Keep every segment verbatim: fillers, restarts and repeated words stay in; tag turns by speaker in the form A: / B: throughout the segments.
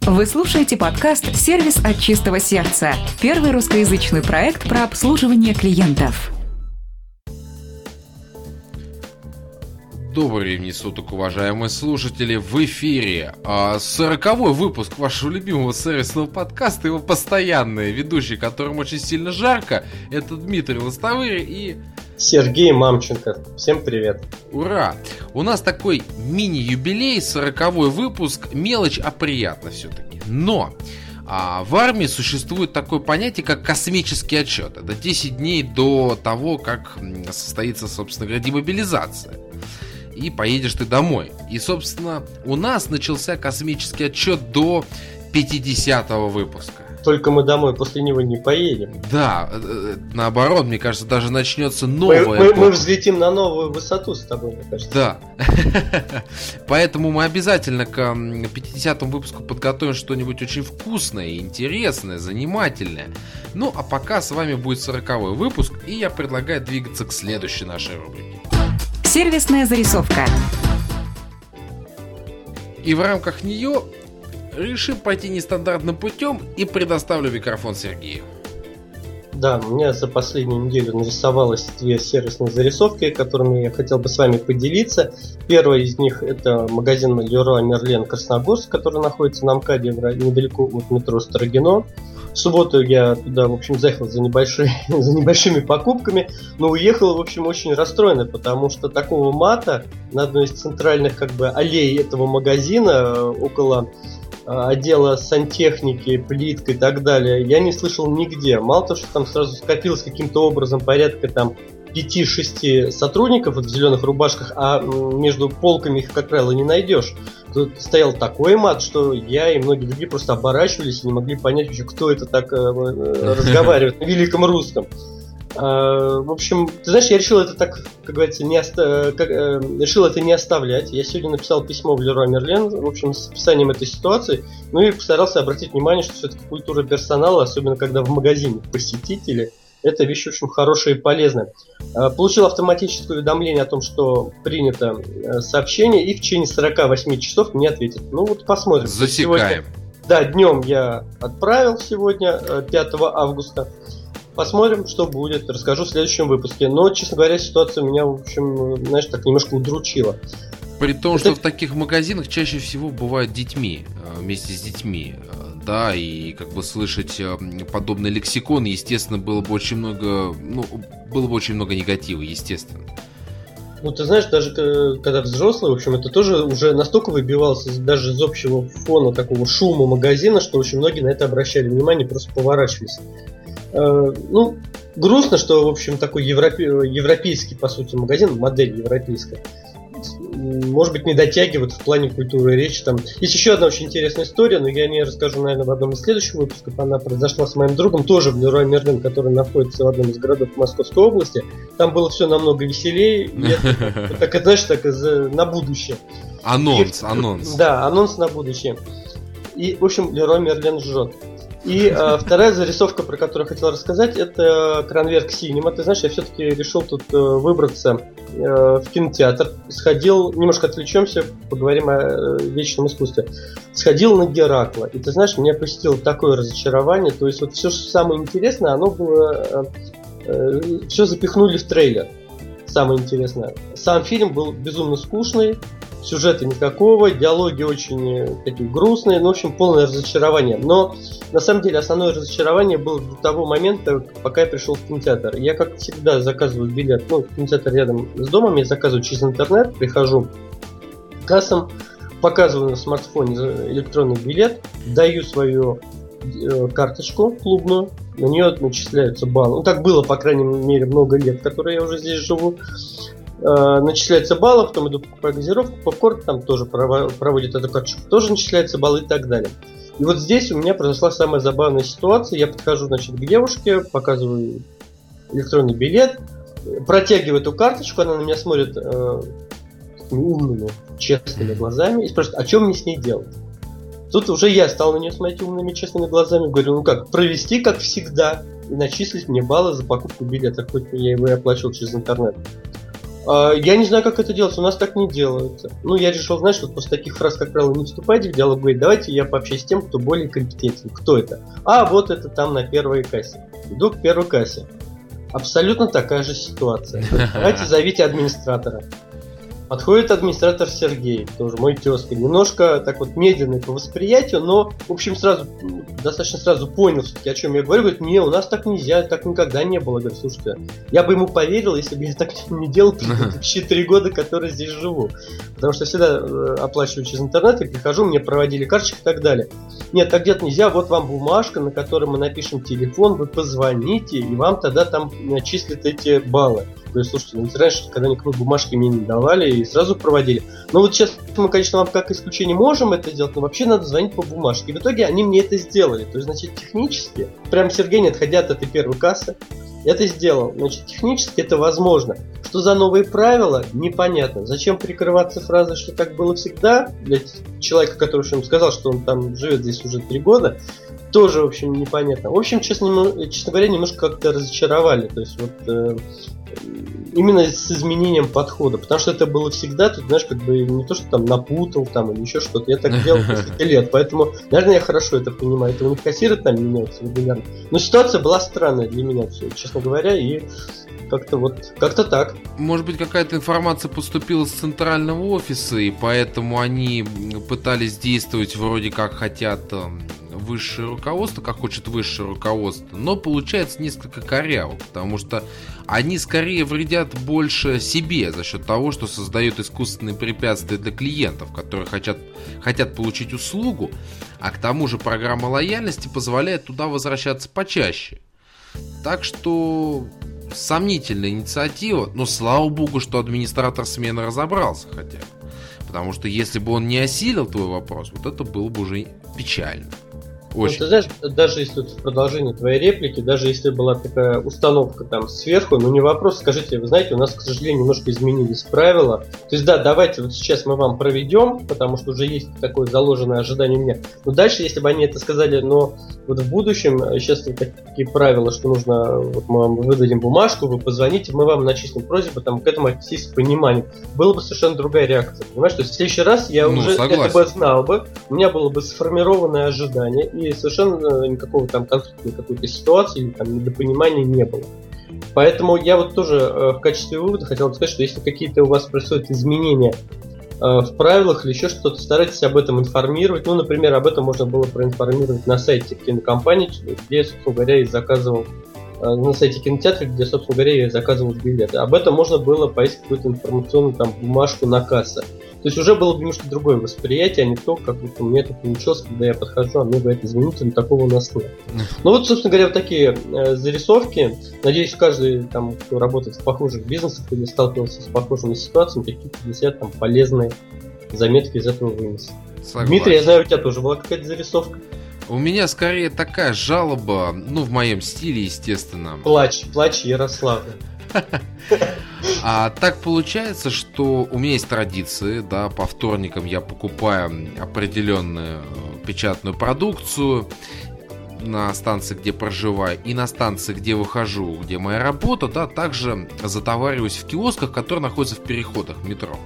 A: Вы слушаете подкаст «Сервис от чистого сердца». Первый русскоязычный проект про обслуживание клиентов.
B: Добрый времени суток, уважаемые слушатели, в эфире сороковой выпуск вашего любимого сервисного подкаста, его постоянные ведущие, которым очень сильно жарко, это Дмитрий Лостовырь и...
C: Сергей Мамченко. Всем привет.
B: Ура! У нас такой мини-юбилей, сороковой выпуск, мелочь, а приятно все-таки. Но а, в армии существует такое понятие, как космический отчет. Это десять дней до того, как состоится, собственно говоря, демобилизация. И поедешь ты домой. И, собственно, у нас начался космический отчет до пятидесятого выпуска.
C: Только мы домой после него не поедем.
B: Да, наоборот, мне кажется, даже начнется новая...
C: Мы, мы, мы взлетим на новую высоту с тобой, мне кажется.
B: Да. Поэтому мы обязательно к пятидесятому выпуску подготовим что-нибудь очень вкусное, интересное, занимательное. Ну, а пока с вами будет сороковой выпуск, и я предлагаю двигаться к следующей нашей рубрике.
A: Сервисная зарисовка.
B: И в рамках нее решим пойти нестандартным путем и предоставлю микрофон Сергею.
C: Да, у меня за последнюю неделю нарисовалось две сервисные зарисовки, которыми я хотел бы с вами поделиться. Первая из них это магазин Леруа Мерлен Красногорск, который находится на МКАДе недалеко от метро Строгино. В субботу я туда, в общем, заехал за, небольшой, за небольшими покупками, но уехал, в общем, очень расстроенный, потому что такого мата на одной из центральных как бы аллей этого магазина, около отдела сантехники, плитка и так далее, я не слышал нигде. Мало того, что там сразу скопилось каким-то образом порядка там пяти-шести сотрудников вот в зеленых рубашках, а между полками их, как правило, не найдешь. Тут стоял такой мат, что я и многие другие просто оборачивались и не могли понять вообще, кто это так э, разговаривает на великом русском. Uh, в общем, ты знаешь, я решил это так, как говорится, не оста... как, э, решил это не оставлять. Я сегодня написал письмо в Леруа Мерлен, в общем, с описанием этой ситуации. Ну и постарался обратить внимание, что все-таки культура персонала, особенно когда в магазине посетители, это вещь очень хорошая и полезная. Uh, получил автоматическое уведомление о том, что принято uh, сообщение, и в течение сорока восьми часов мне ответят. Ну вот посмотрим.
B: Засекаем.
C: Сегодня... Да, днем я отправил сегодня, пятого августа. Посмотрим, что будет, расскажу в следующем выпуске. Но, честно говоря, ситуация меня, в общем, знаешь, так немножко удручила.
B: При том,
C: Это...
B: что в таких магазинах чаще всего бывают детьми, вместе с детьми. Да, и как бы слышать подобный лексикон, естественно, было бы очень много, ну, было бы очень много негатива, естественно.
C: Ну, ты знаешь, даже когда взрослый, в общем, это тоже уже настолько выбивался даже из общего фона такого шума магазина, что очень многие на это обращали внимание, просто поворачивались. Ну, грустно, что, в общем, такой европе... европейский, по сути, магазин, модель европейская, может быть, не дотягивает в плане культуры речи. Там есть еще одна очень интересная история, но я о ней расскажу, наверное, в одном из следующих выпусков. Она произошла с моим другом, тоже в Леруа Мерлен, который находится в одном из городов Московской области. Там было все намного веселее. Так, знаешь, так на будущее.
B: Анонс, анонс.
C: Да, анонс на будущее. И, в общем, Леруа Мерлен жжет. И э, вторая зарисовка, про которую я хотел рассказать, это Кранверк Синема. Ты знаешь, я все-таки решил тут э, выбраться э, в кинотеатр. Сходил, немножко отвлечемся, поговорим о э, вечном искусстве. Сходил на Геракла. И ты знаешь, меня посетило такое разочарование. То есть вот все, что самое интересное, оно было... Э, э, все запихнули в трейлер. Самое интересное. Сам фильм был безумно скучный. Сюжета никакого, диалоги очень такие грустные, ну, в общем, полное разочарование. Но, на самом деле, основное разочарование было до того момента, пока я пришел в кинотеатр. Я, как всегда, заказываю билет, ну, кинотеатр рядом с домом, я заказываю через интернет, прихожу к кассам, показываю на смартфоне электронный билет, даю свою э, карточку клубную, на нее начисляются баллы. Ну, так было, по крайней мере, много лет, которые я уже здесь живу. Начисляются баллы, потом иду покупаю газировку, попкорн, там тоже проводит эту карточку, тоже начисляются баллы и так далее. И вот здесь у меня произошла самая забавная ситуация. Я подхожу, значит, к девушке, показываю электронный билет, протягиваю эту карточку, она на меня смотрит э, такими умными, честными глазами и спрашивает, а что мне с ней делать? Тут уже я стал на нее смотреть умными, честными глазами, говорю, ну как, провести как всегда и начислить мне баллы за покупку билета, хоть я его и оплачивал через интернет. Я не знаю, как это делается, у нас так не делается. Ну, я решил, знаешь, вот после таких фраз, как правило, не вступайте в диалог, говорить, давайте я пообщаюсь с тем, кто более компетентен. Кто это? А, вот это там на первой кассе. Иду к первой кассе. Абсолютно такая же ситуация. Давайте зовите администратора. Подходит администратор Сергей, тоже мой тезка, немножко так вот медленный по восприятию, но, в общем, сразу, достаточно сразу понял все-таки, о чем я говорю. Говорит, не, у нас так нельзя, так никогда не было. Говорит, слушайте, я бы ему поверил, если бы я так не делал предыдущие три года, которые здесь живу. Потому что всегда э, оплачиваю через интернет, и прихожу, мне проводили карточки и так далее. Нет, так делать нельзя, вот вам бумажка, на которой мы напишем телефон, вы позвоните, и вам тогда там начислят эти баллы. То есть, слушайте, ну, раньше, когда никакой бумажки мне не давали и сразу проводили. Но вот сейчас мы, конечно, вам как исключение можем это сделать, но вообще надо звонить по бумажке. И в итоге они мне это сделали. То есть, значит, технически, прям Сергей, не отходя от этой первой кассы, это сделал. Значит, технически это возможно. Что за новые правила, непонятно. Зачем прикрываться фразой, что так было всегда? Для человека, который в общем, сказал, что он там живет здесь уже три года, тоже, в общем, непонятно. В общем, честно, честно говоря, немножко как-то разочаровали. То есть, вот э, именно с изменением подхода. Потому что это было всегда, тут, знаешь, как бы не то, что там напутал там или еще что-то. Я так делал несколько лет. Поэтому, наверное, я хорошо это понимаю. Это у них кассиры там меняются регулярно. Но ситуация была странная для меня, все, честно говоря, и как-то вот, как-то так.
B: Может быть, какая-то информация поступила с центрального офиса, и поэтому они пытались действовать вроде как хотят высшее руководство, как хочет высшее руководство, но получается несколько коряво, потому что они скорее вредят больше себе за счет того, что создают искусственные препятствия для клиентов, которые хотят, хотят получить услугу, а к тому же программа лояльности позволяет туда возвращаться почаще. Так что сомнительная инициатива, но слава богу, что администратор смены разобрался хотя бы. Потому что если бы он не осилил твой вопрос, вот это было бы уже печально. Очень.
C: Ну, ты знаешь, даже если вот в продолжении твоей реплики, даже если была такая установка там сверху, ну не вопрос, скажите, вы знаете, у нас, к сожалению, немножко изменились правила. То есть да, давайте вот сейчас мы вам проведем, потому что уже есть такое заложенное ожидание у меня. Но дальше, если бы они это сказали, но вот в будущем сейчас такие правила, что нужно, вот мы вам выдадим бумажку, вы позвоните, мы вам начислим просьбу, там к этому отнестись с пониманием. Была бы совершенно другая реакция, понимаешь? То есть в следующий раз я ну, уже согласен. Это бы знал бы, у меня было бы сформированное ожидание, и совершенно никакого там конфликта, какой-то ситуации или там недопонимания не было. Поэтому я вот тоже э, в качестве вывода хотел бы сказать, что если какие-то у вас происходят изменения э, в правилах или еще что-то, старайтесь об этом информировать. Ну, например, об этом можно было проинформировать на сайте кинокомпании, где, собственно говоря, я заказывал э, на сайте кинотеатра, где, собственно говоря, я заказывал билеты. Об этом можно было повесить какую-то информационную там бумажку на кассе. То есть уже было бы немножко другое восприятие, а не то, как будто у меня это получилось, когда я подхожу, а мне говорят, извините, но такого у нас нет. Ну вот, собственно говоря, вот такие э, зарисовки. Надеюсь, каждый, там, кто работает в похожих бизнесах или сталкивался с похожими ситуациями, какие-то для себя там полезные заметки из этого вынес. Согласен. Дмитрий, я знаю, у тебя тоже была какая-то зарисовка.
B: У меня скорее такая жалоба, ну, в моем стиле, естественно.
C: Плач, плач Ярославна.
B: А так получается, что у меня есть традиции, да, по вторникам я покупаю определенную печатную продукцию на станции, где проживаю, и на станции, где выхожу, где моя работа, да, также затовариваюсь в киосках, которые находятся в переходах метро.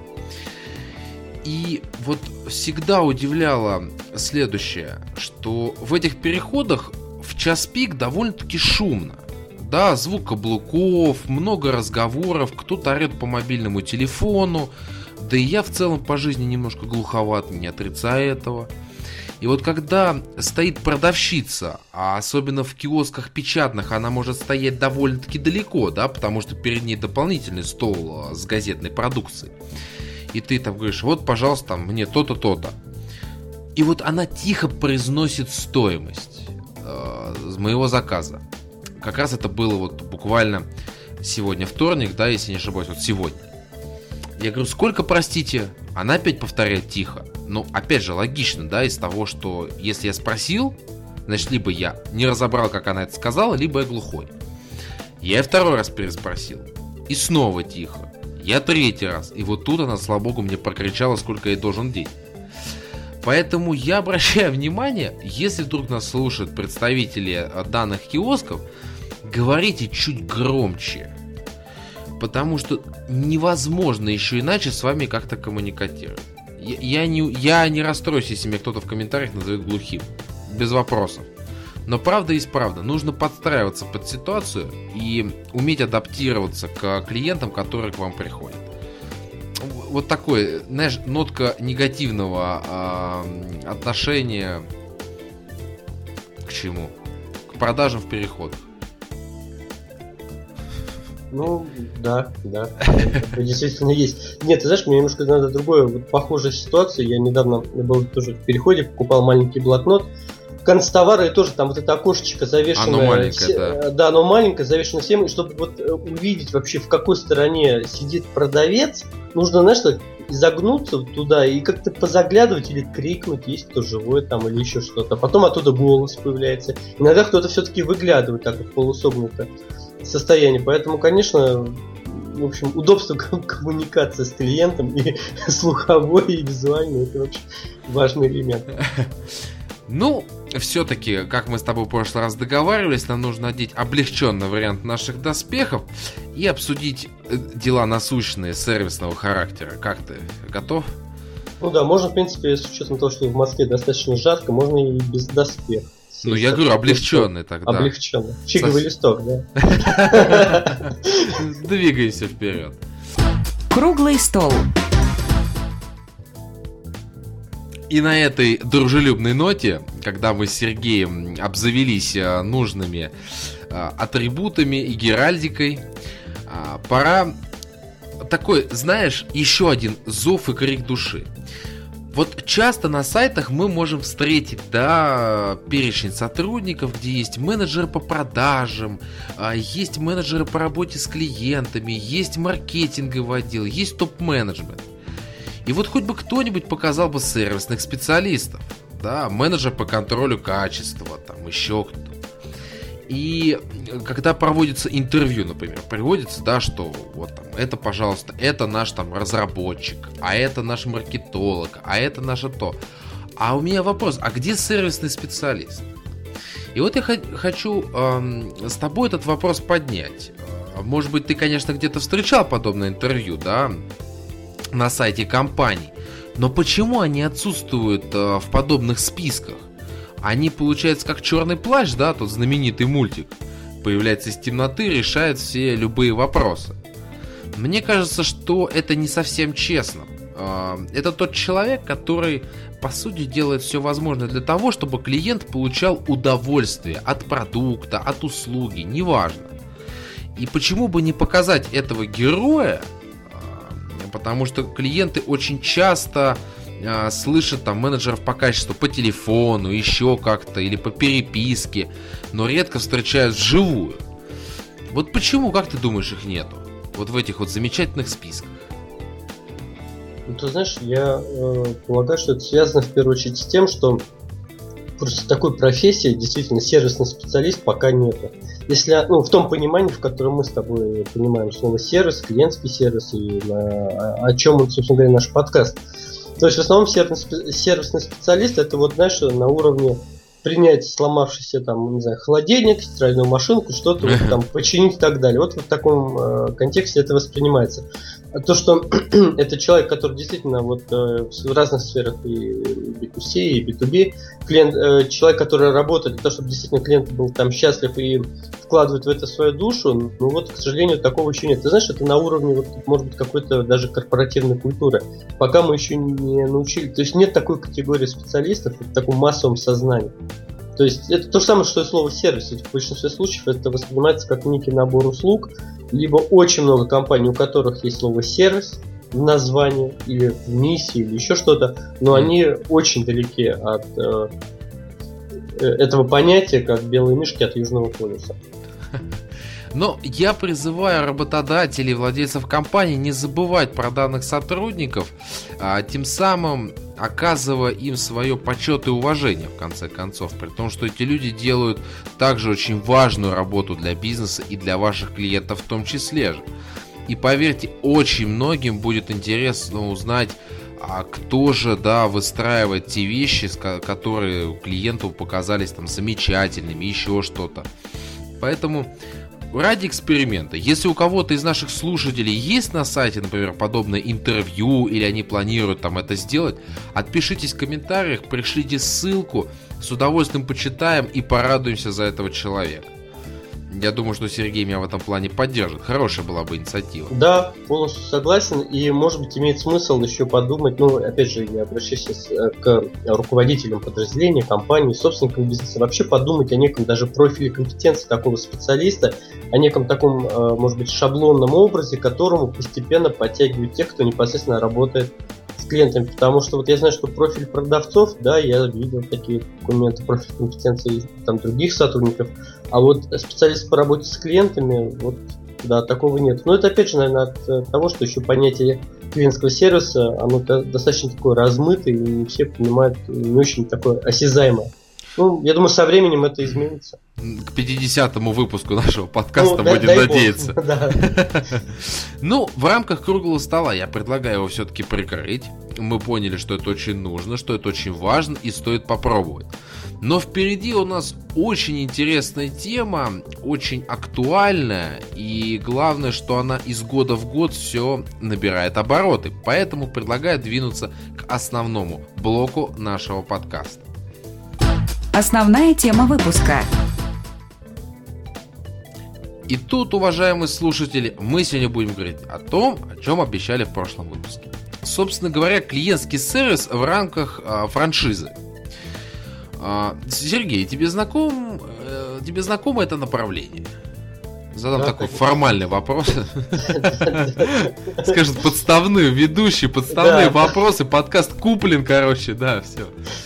B: И вот всегда удивляло следующее, что в этих переходах в час пик довольно-таки шумно. Да, звук каблуков, много разговоров, кто-то орет по мобильному телефону. Да и я в целом по жизни немножко глуховат, не отрицаю этого. И вот когда стоит продавщица, а особенно в киосках печатных, она может стоять довольно-таки далеко, да, потому что перед ней дополнительный стол с газетной продукцией. И ты там говоришь, вот, пожалуйста, мне то-то, то-то. И вот она тихо произносит стоимость э, моего заказа. Как раз это было вот буквально сегодня вторник, да, если не ошибаюсь, вот сегодня. Я говорю, сколько, простите? Она опять повторяет тихо. Ну, опять же, логично, да, из того, что если я спросил, значит, либо я не разобрал, как она это сказала, либо я глухой. Я второй раз переспросил. И снова тихо. Я третий раз. И вот тут она, слава богу, мне прокричала, сколько я должен денег. Поэтому я обращаю внимание, если вдруг нас слушают представители данных киосков, говорите чуть громче. Потому что невозможно еще иначе с вами как-то коммуникатировать. Я, я, не, я не расстроюсь, если меня кто-то в комментариях назовет глухим. Без вопросов. Но правда есть правда. Нужно подстраиваться под ситуацию и уметь адаптироваться к клиентам, которые к вам приходят. Вот такой, знаешь, нотка негативного э, отношения к чему? К продажам в переходах.
C: Ну, да, да, это действительно есть. Нет, ты знаешь, мне немножко надо другое, вот похожая ситуация. Я недавно был тоже в переходе, покупал маленький блокнот. В конце товара и тоже там вот это окошечко завешенное.
B: Оно маленькое,
C: все,
B: да.
C: Да, оно маленькое, завешено всем. И чтобы вот увидеть вообще, в какой стороне сидит продавец, нужно, знаешь, что, изогнуться туда и как-то позаглядывать или крикнуть, есть кто живой там или еще что-то. Потом оттуда голос появляется. Иногда кто-то все-таки выглядывает так вот полусогнуто состояние. Поэтому, конечно, в общем, удобство коммуникации с клиентом и слуховой, и визуальной, это вообще важный элемент.
B: Ну, все-таки, как мы с тобой в прошлый раз договаривались, нам нужно одеть облегченный вариант наших доспехов и обсудить дела насущные сервисного характера. Как ты? Готов?
C: Ну да, можно, в принципе, с учетом того, что в Москве достаточно жарко, можно и без доспехов.
B: Ну, я говорю, облегченный тогда.
C: Облегченный. Фиговый листок, да?
B: Двигаемся вперед.
A: Круглый стол.
B: И на этой дружелюбной ноте, когда мы с Сергеем обзавелись нужными атрибутами и геральдикой, пора такой, знаешь, еще один зов и крик души. Вот часто на сайтах мы можем встретить, да, перечень сотрудников, где есть менеджеры по продажам, есть менеджеры по работе с клиентами, есть маркетинговый отдел, есть топ-менеджмент. И вот хоть бы кто-нибудь показал бы сервисных специалистов, да, менеджер по контролю качества, там еще кто-то. И когда проводится интервью, например, приводится, да, что вот там, это, пожалуйста, это наш там разработчик, а это наш маркетолог, а это наше то. А у меня вопрос, а где сервисный специалист? И вот я х- хочу эм, с тобой этот вопрос поднять. Может быть, ты, конечно, где-то встречал подобное интервью, да, на сайте компаний, но почему они отсутствуют э, в подобных списках? Они, получается, как черный плащ, да, тот знаменитый мультик, появляется из темноты, решает все любые вопросы. Мне кажется, что это не совсем честно. Это тот человек, который, по сути, делает все возможное для того, чтобы клиент получал удовольствие от продукта, от услуги, неважно. И почему бы не показать этого героя, потому что клиенты очень часто слышат там менеджеров по качеству по телефону, еще как-то, или по переписке, но редко встречают вживую. Вот почему, как ты думаешь, их нету? Вот в этих вот замечательных списках.
C: Ну, ты знаешь, я э, полагаю, что это связано в первую очередь с тем, что просто такой профессии, действительно, сервисный специалист пока нету. Если, ну, в том понимании, в котором мы с тобой понимаем слово сервис, клиентский сервис, и на, о чем, собственно говоря, наш подкаст. То есть в основном сервисный специалист это вот, знаешь, на уровне принять сломавшийся там, не знаю, холодильник, стиральную машинку, что-то вот, там починить и так далее. Вот в таком э, контексте это воспринимается. А то, что это человек, который действительно вот э, в разных сферах и би ту си, и би ту би, клиент, э, человек, который работает для того, чтобы действительно клиент был там счастлив и вкладывает в это свою душу, ну вот, к сожалению, такого еще нет. Ты знаешь, это на уровне, вот, может быть, какой-то даже корпоративной культуры. Пока мы еще не научились. То есть нет такой категории специалистов в таком массовом сознании. То есть это то же самое, что и слово сервис. В большинстве случаев это воспринимается как некий набор услуг, либо очень много компаний, у которых есть слово сервис в названии, или в миссии, или еще что-то, но они очень далеки от э, этого понятия, как белые мишки от Южного полюса.
B: Но я призываю работодателей и владельцев компаний не забывать про данных сотрудников, а, тем самым оказывая им свое почет и уважение, в конце концов, при том, что эти люди делают также очень важную работу для бизнеса и для ваших клиентов в том числе же. И поверьте, очень многим будет интересно узнать, а кто же, да, выстраивает те вещи, которые клиенту показались там замечательными, еще что-то. Поэтому ради эксперимента, если у кого-то из наших слушателей есть на сайте, например, подобное интервью, или они планируют там это сделать, отпишитесь в комментариях, пришлите ссылку, с удовольствием почитаем и порадуемся за этого человека. Я думаю, что Сергей меня в этом плане поддержит. Хорошая была бы инициатива.
C: Да, полностью согласен. И, может быть, имеет смысл еще подумать, ну, опять же, я обращаюсь к руководителям подразделения, компании, собственникам бизнеса, вообще подумать о неком даже профиле компетенции такого специалиста, о неком таком, может быть, шаблонном образе, к которому постепенно подтягивают тех, кто непосредственно работает с клиентами. Потому что вот я знаю, что профиль продавцов, да, я видел такие документы, профиль компетенции там других сотрудников, а вот специалист по работе с клиентами, вот, да, такого нет. Но это, опять же, наверное, от того, что еще понятие клиентского сервиса, оно достаточно такое размытое, и не все понимают, не очень такое осязаемое. Ну, я думаю, со временем это изменится.
B: К пятидесятому выпуску нашего подкаста ну, будем надеяться. Ну, в рамках круглого стола я предлагаю его все-таки прикрыть. Мы поняли, что это очень нужно, что это очень важно и стоит попробовать. Но впереди у нас очень интересная тема, очень актуальная, и главное, что она из года в год все набирает обороты. Поэтому предлагаю двинуться к основному блоку нашего подкаста.
A: Основная тема выпуска.
B: И тут, уважаемые слушатели, мы сегодня будем говорить о том, о чем обещали в прошлом выпуске. Собственно говоря, клиентский сервис в рамках а, франшизы. А, Сергей, тебе знаком, э, тебе знакомо это направление? Задам да, такой конечно. Формальный вопрос. Скажет, подставные ведущие, подставные вопросы, подкаст куплен, короче, да, все.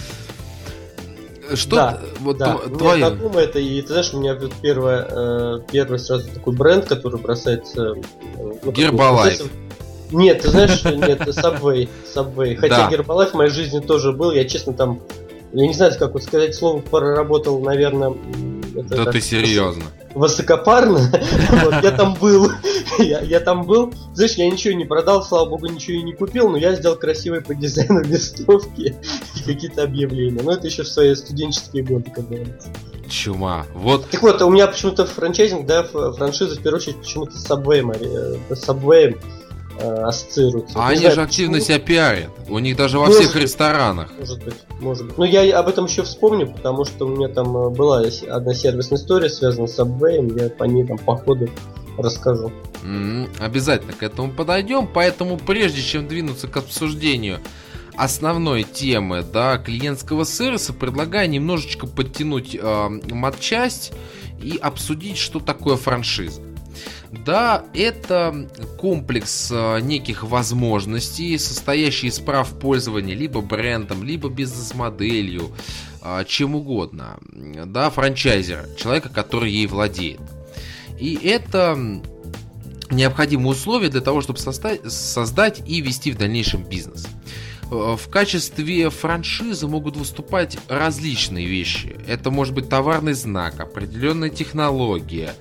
B: Что
C: да,
B: вот
C: да.
B: твое?
C: Мне знакомо это, и ты знаешь, у меня вот первое, э, первый сразу такой бренд, который бросается...
B: Ну, Гербалайф.
C: Нет, ты знаешь, нет, Subway, Subway. Хотя да. Гербалайф в моей жизни тоже был, я честно там, я не знаю, как вот сказать слово, проработал, наверное...
B: Это да ты серьезно?
C: Высокопарно. Вот, я там был. я, я там был. Знаешь, я ничего не продал, слава богу, ничего и не купил, но я сделал красивые по дизайну листовки и какие-то объявления. Но это еще в свои студенческие годы, как говорится.
B: Чума. Вот.
C: Так вот, у меня почему-то франчайзинг, да, франшиза, в первую очередь, почему-то с Subway, с Subway ассоциируются.
B: А не они знаю, же активно почему... себя пиарят. У них даже во может всех быть, ресторанах.
C: Может быть, может быть. Но я об этом еще вспомню, потому что у меня там была одна сервисная история, связанная с Subway. Я по ней там по ходу расскажу.
B: Mm-hmm. Обязательно к этому подойдем. Поэтому прежде чем двинуться к обсуждению основной темы, да, клиентского сервиса, предлагаю немножечко подтянуть э, матчасть и обсудить, что такое франшиза. Да, это комплекс э, неких возможностей, состоящий из прав пользования либо брендом, либо бизнес-моделью, э, чем угодно. Да, франчайзера, человека, который ей владеет. И это необходимые условия для того, чтобы создать, создать и вести в дальнейшем бизнес. В качестве франшизы могут выступать различные вещи. Это может быть товарный знак, определенная технология,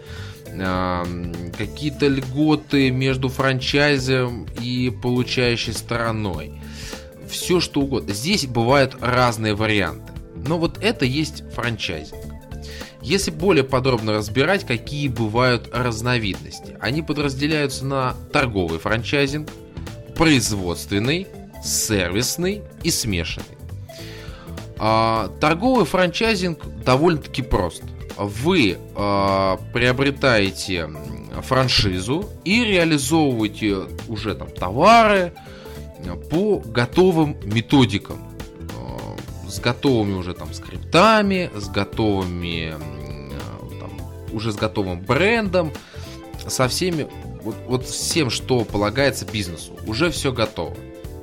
B: какие-то льготы между франчайзером и получающей стороной. Все что угодно. Здесь бывают разные варианты. Но вот это есть франчайзинг. Если более подробно разбирать, какие бывают разновидности. Они подразделяются на торговый франчайзинг, производственный, сервисный и смешанный. А, торговый франчайзинг довольно-таки прост. Вы э, приобретаете франшизу и реализовываете уже там товары по готовым методикам, э, с готовыми уже там скриптами, с готовыми, э, там, уже с готовым брендом, со всеми, вот, вот всем, что полагается бизнесу, уже все готово.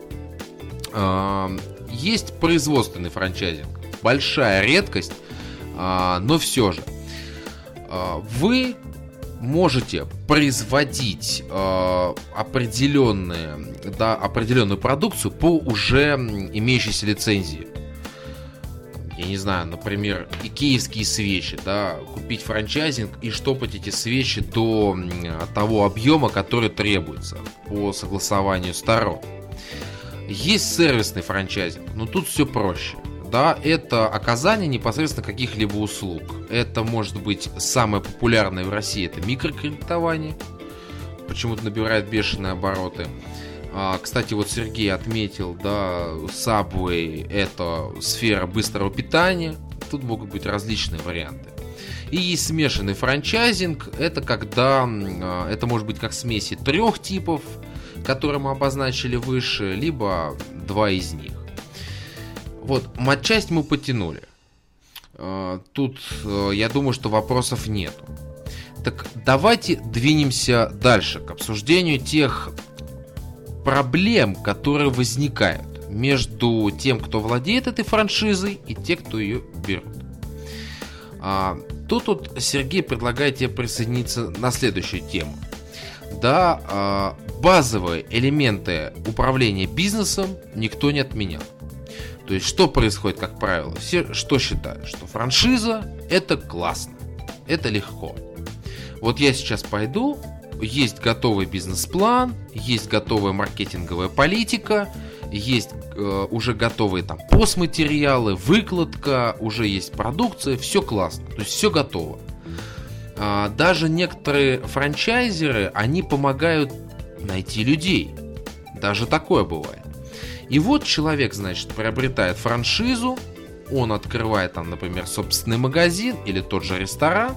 B: Э, есть производственный франчайзинг, большая редкость. Но все же вы можете производить определенные, да, определенную продукцию по уже имеющейся лицензии. Я не знаю, например, икеевские свечи, да, купить франчайзинг и штопать эти свечи до того объема, который требуется по согласованию сторон. Есть сервисный франчайзинг, но тут все проще. да, это оказание непосредственно каких-либо услуг. Это может быть самое популярное в России, это микрокредитование, почему-то набирает бешеные обороты. Кстати, вот Сергей отметил, да, Subway — это сфера быстрого питания. Тут могут быть различные варианты. И есть смешанный франчайзинг. Это когда это может быть как смеси трех типов, которые мы обозначили выше, либо два из них. Вот, матчасть мы потянули. Тут, я думаю, что вопросов нету. Так давайте двинемся дальше к обсуждению тех проблем, которые возникают между тем, кто владеет этой франшизой, и тем, кто ее берет. А, тут вот Сергей предлагает тебе присоединиться на следующую тему. Да, а, базовые элементы управления бизнесом никто не отменял. То есть, что происходит, как правило? Все что считают? Что франшиза — это классно, это легко. Вот я сейчас пойду, есть готовый бизнес-план, есть готовая маркетинговая политика, есть э, уже готовые там постматериалы, выкладка, уже есть продукция, все классно, то есть все готово. А, даже некоторые франчайзеры, они помогают найти людей, даже такое бывает. И вот человек, значит, приобретает франшизу, он открывает там, например, собственный магазин или тот же ресторан,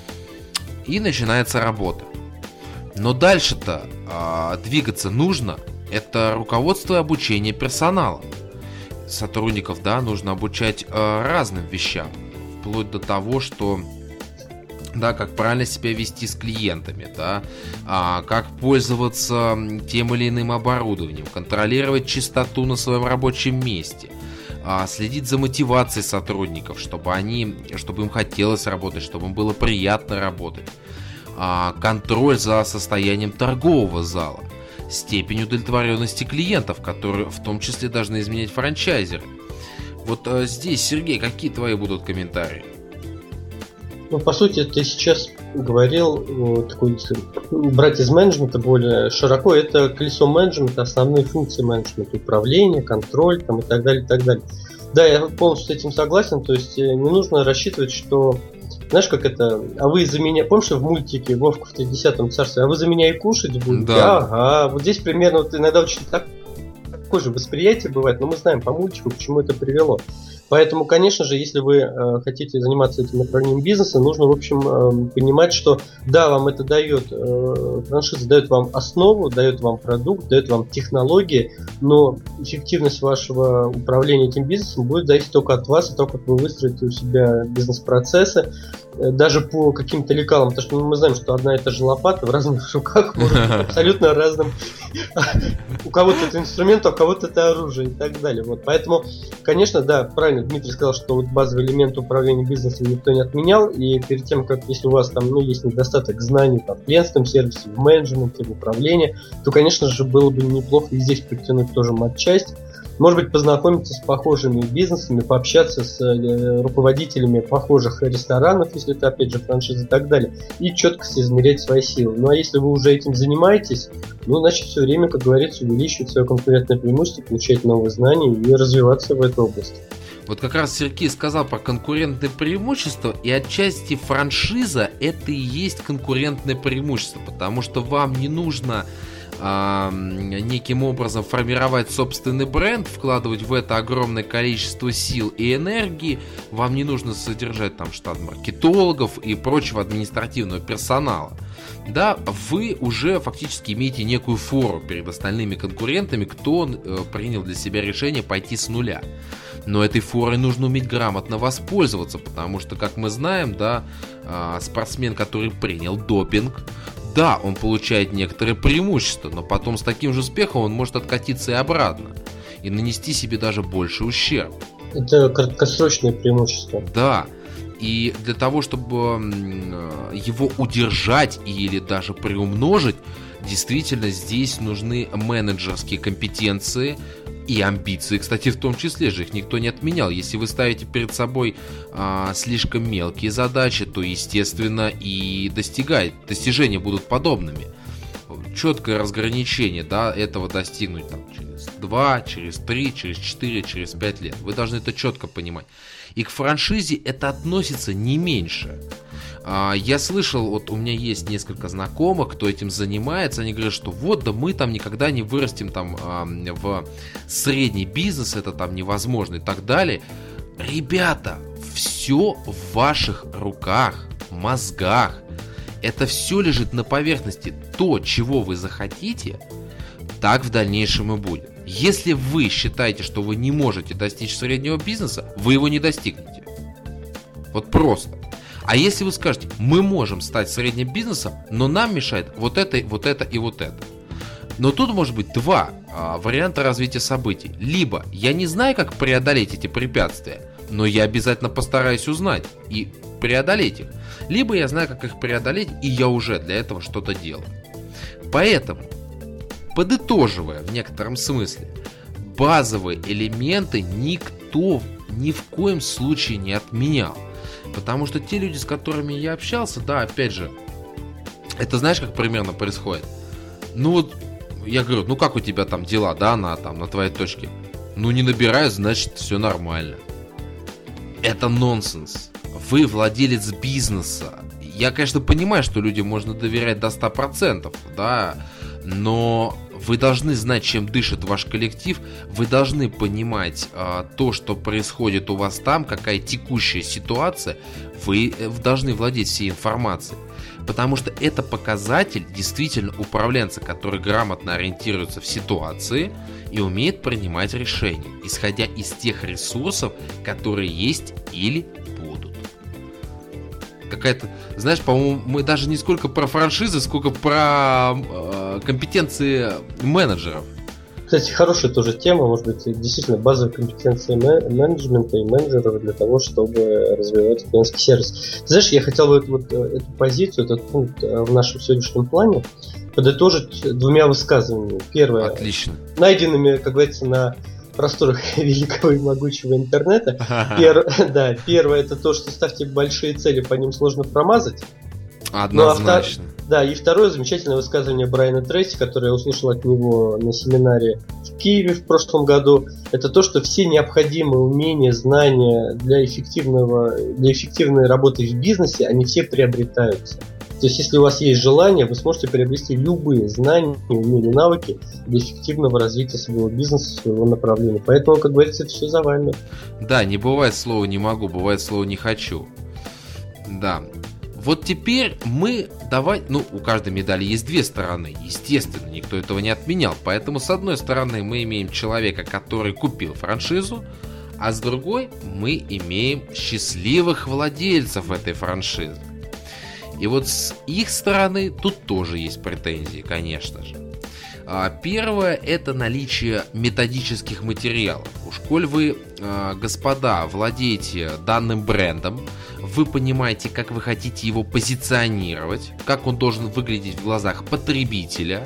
B: и начинается работа. Но дальше-то э, двигаться нужно. Это руководство и обучение персонала. Сотрудников, да, нужно обучать э, разным вещам. Вплоть до того, что, да, как правильно себя вести с клиентами, да, а, как пользоваться тем или иным оборудованием, контролировать чистоту на своем рабочем месте, а, следить за мотивацией сотрудников, чтобы они, чтобы им хотелось работать, чтобы им было приятно работать. Контроль за состоянием торгового зала, степень удовлетворенности клиентов, которые в том числе должны изменять франчайзеры. Вот э, здесь, Сергей, какие твои будут комментарии?
C: Ну, по сути, ты сейчас говорил, ну, такой, если брать из менеджмента более широко, это колесо менеджмента, основные функции менеджмента, управление, контроль там, и так далее, и так далее. Да, я полностью с этим согласен, то есть не нужно рассчитывать, что знаешь, как это, а вы за меня, помнишь, в мультике Вовка в тридцатом царстве, а вы за меня и кушать будете?
B: Да.
C: Ага, вот здесь примерно вот иногда очень так, такое же восприятие бывает, но мы знаем по мультику, к чему это привело. Поэтому, конечно же, если вы э, хотите заниматься этим направлением бизнеса, нужно, в общем, э, понимать, что да, вам это дает, э, франшиза дает вам основу, дает вам продукт, дает вам технологии, но эффективность вашего управления этим бизнесом будет зависеть только от вас и только как вы выстроите у себя бизнес-процессы, э, даже по каким-то лекалам, потому что мы знаем, что одна и та же лопата в разных руках может быть абсолютно разным. У кого-то это инструмент, а у кого-то это оружие и так далее. Вот, поэтому, конечно, да, правильно Дмитрий сказал, что вот базовый элемент управления бизнесом никто не отменял, и перед тем, как если у вас там, ну, есть недостаток знаний там, в клиентском сервисе, в менеджменте, в управлении, то, конечно же, было бы неплохо и здесь подтянуть тоже матчасть. Может быть, познакомиться с похожими бизнесами, пообщаться с э, руководителями похожих ресторанов, если это, опять же, франшиза и так далее, и четко измерять свои силы. Ну, а если вы уже этим занимаетесь, ну, значит, все время, как говорится, увеличивать свое конкурентное преимущество, получать новые знания и развиваться в этой области.
B: Вот как раз Сергей сказал про конкурентное преимущество, и отчасти франшиза — это и есть конкурентное преимущество, потому что вам не нужно э, неким образом формировать собственный бренд, вкладывать в это огромное количество сил и энергии, вам не нужно содержать там штат маркетологов и прочего административного персонала. Да, вы уже фактически имеете некую фору перед остальными конкурентами, кто э, принял для себя решение пойти с нуля. Но этой форой нужно уметь грамотно воспользоваться, потому что, как мы знаем, да, э, спортсмен, который принял допинг, да, он получает некоторые преимущества, но потом с таким же успехом он может откатиться и обратно, и нанести себе даже больший ущерб.
C: Это краткосрочное преимущество.
B: Да. И для того, чтобы его удержать или даже приумножить, действительно здесь нужны менеджерские компетенции и амбиции. Кстати, в том числе же их никто не отменял. Если вы ставите перед собой а, слишком мелкие задачи, то, естественно, и достигать, достижения будут подобными. Четкое разграничение, да, этого достигнуть там, через через два, через три, через четыре, через пять лет. Вы должны это четко понимать. И к франшизе это относится не меньше. Я слышал, вот у меня есть несколько знакомых, кто этим занимается, они говорят, что вот, да мы там никогда не вырастем там в средний бизнес, это там невозможно и так далее. Ребята, все в ваших руках, мозгах. Это все лежит на поверхности. То, чего вы захотите, так в дальнейшем и будет. Если вы считаете, что вы не можете достичь среднего бизнеса, вы его не достигнете. Вот просто. А если вы скажете, мы можем стать средним бизнесом, но нам мешает вот это, вот это и вот это. Но тут может быть два а, варианта развития событий. Либо я не знаю, как преодолеть эти препятствия, но я обязательно постараюсь узнать и преодолеть их. Либо я знаю, как их преодолеть, и я уже для этого что-то делаю. Поэтому, подытоживая в некотором смысле, базовые элементы никто ни в коем случае не отменял. Потому что те люди, с которыми я общался, да, опять же, это знаешь, как примерно происходит? Ну вот, я говорю, ну как у тебя там дела, да, на, там, на твоей точке? Ну не набираю, значит все нормально. Это нонсенс. Вы владелец бизнеса. Я, конечно, понимаю, что людям можно доверять до ста процентов, да, но вы должны знать, чем дышит ваш коллектив, вы должны понимать а, то, что происходит у вас там, какая текущая ситуация, вы должны владеть всей информацией. Потому что это показатель действительно управленца, который грамотно ориентируется в ситуации и умеет принимать решения, исходя из тех ресурсов, которые есть или будут. Какая-то, знаешь, по-моему, мы даже не сколько про франшизы, сколько про э, компетенции менеджеров.
C: Кстати, хорошая тоже тема, может быть, действительно базовые компетенции менеджмента и менеджеров для того, чтобы развивать клиентский сервис. Ты знаешь, я хотел бы вот, эту позицию, этот пункт в нашем сегодняшнем плане подытожить двумя высказываниями. Первое.
B: Отлично.
C: Найденными, как говорится, на просторах великого и могучего интернета. Пер... Да, первое это то, что ставьте большие цели, по ним сложно промазать.
B: Однозначно.
C: Ну, а втор... Да, и второе замечательное высказывание Брайана Трейси, которое я услышал от него на семинаре в Киеве в прошлом году, это то, что все необходимые умения, знания для эффективного, для эффективной работы в бизнесе, они все приобретаются. То есть, если у вас есть желание, вы сможете приобрести любые знания, умения, навыки для эффективного развития своего бизнеса, своего направления. Поэтому, как говорится, это все за вами.
B: Да, не бывает слова «не могу», бывает слово «не хочу». Да. Вот теперь мы давай, ну, у каждой медали есть две стороны. Естественно, никто этого не отменял. Поэтому, с одной стороны, мы имеем человека, который купил франшизу, а с другой мы имеем счастливых владельцев этой франшизы. И вот с их стороны тут тоже есть претензии, конечно же. Первое – это наличие методических материалов. Уж коль вы, господа, владеете данным брендом, вы понимаете, как вы хотите его позиционировать, как он должен выглядеть в глазах потребителя,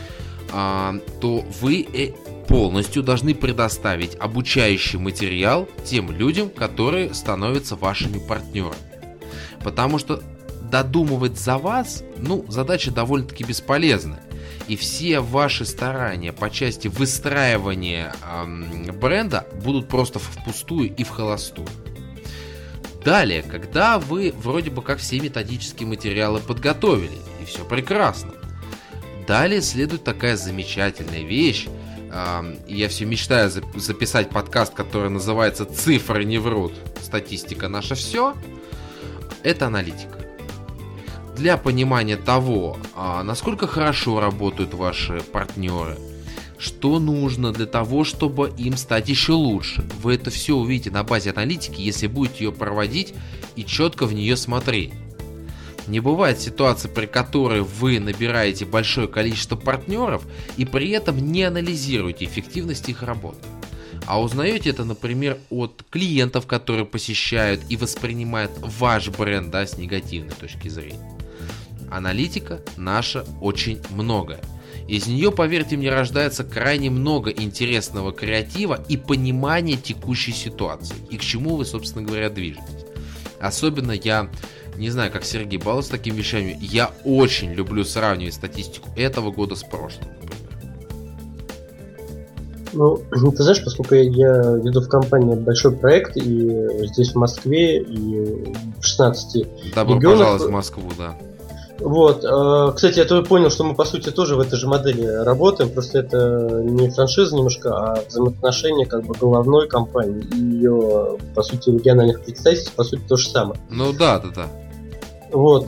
B: то вы полностью должны предоставить обучающий материал тем людям, которые становятся вашими партнерами. Потому что додумывать за вас, ну, задача довольно-таки бесполезная. И все ваши старания по части выстраивания эм, бренда будут просто впустую и в холостую. Далее, когда вы вроде бы как все методические материалы подготовили, и все прекрасно. Далее следует такая замечательная вещь. Эм, и я все мечтаю записать подкаст, который называется «Цифры не врут. Статистика наша все». Это аналитика. Для понимания того, насколько хорошо работают ваши партнеры, что нужно для того, чтобы им стать еще лучше. Вы это все увидите на базе аналитики, если будете ее проводить и четко в нее смотреть. Не бывает ситуации, при которой вы набираете большое количество партнеров и при этом не анализируете эффективность их работы. А узнаете это, например, от клиентов, которые посещают и воспринимают ваш бренд, да, с негативной точки зрения. Аналитика наша очень многое. Из нее, поверьте мне, рождается крайне много интересного креатива и понимания текущей ситуации. И к чему вы, собственно говоря, движетесь. Особенно я, не знаю, как Сергей Балов с такими вещами, я очень люблю сравнивать статистику этого года с прошлым, например.
C: Ну, ты знаешь, поскольку я, я веду в компании большой проект и здесь в Москве, и в шестнадцати
B: Добро
C: регионах...
B: пожаловать в Москву, да.
C: Вот, кстати, я тоже понял, что мы, по сути, тоже в этой же модели работаем, просто это не франшиза немножко, а взаимоотношения как бы головной компании и ее, по сути, региональных представительств, по сути, то же самое.
B: Ну да, да, да.
C: Вот,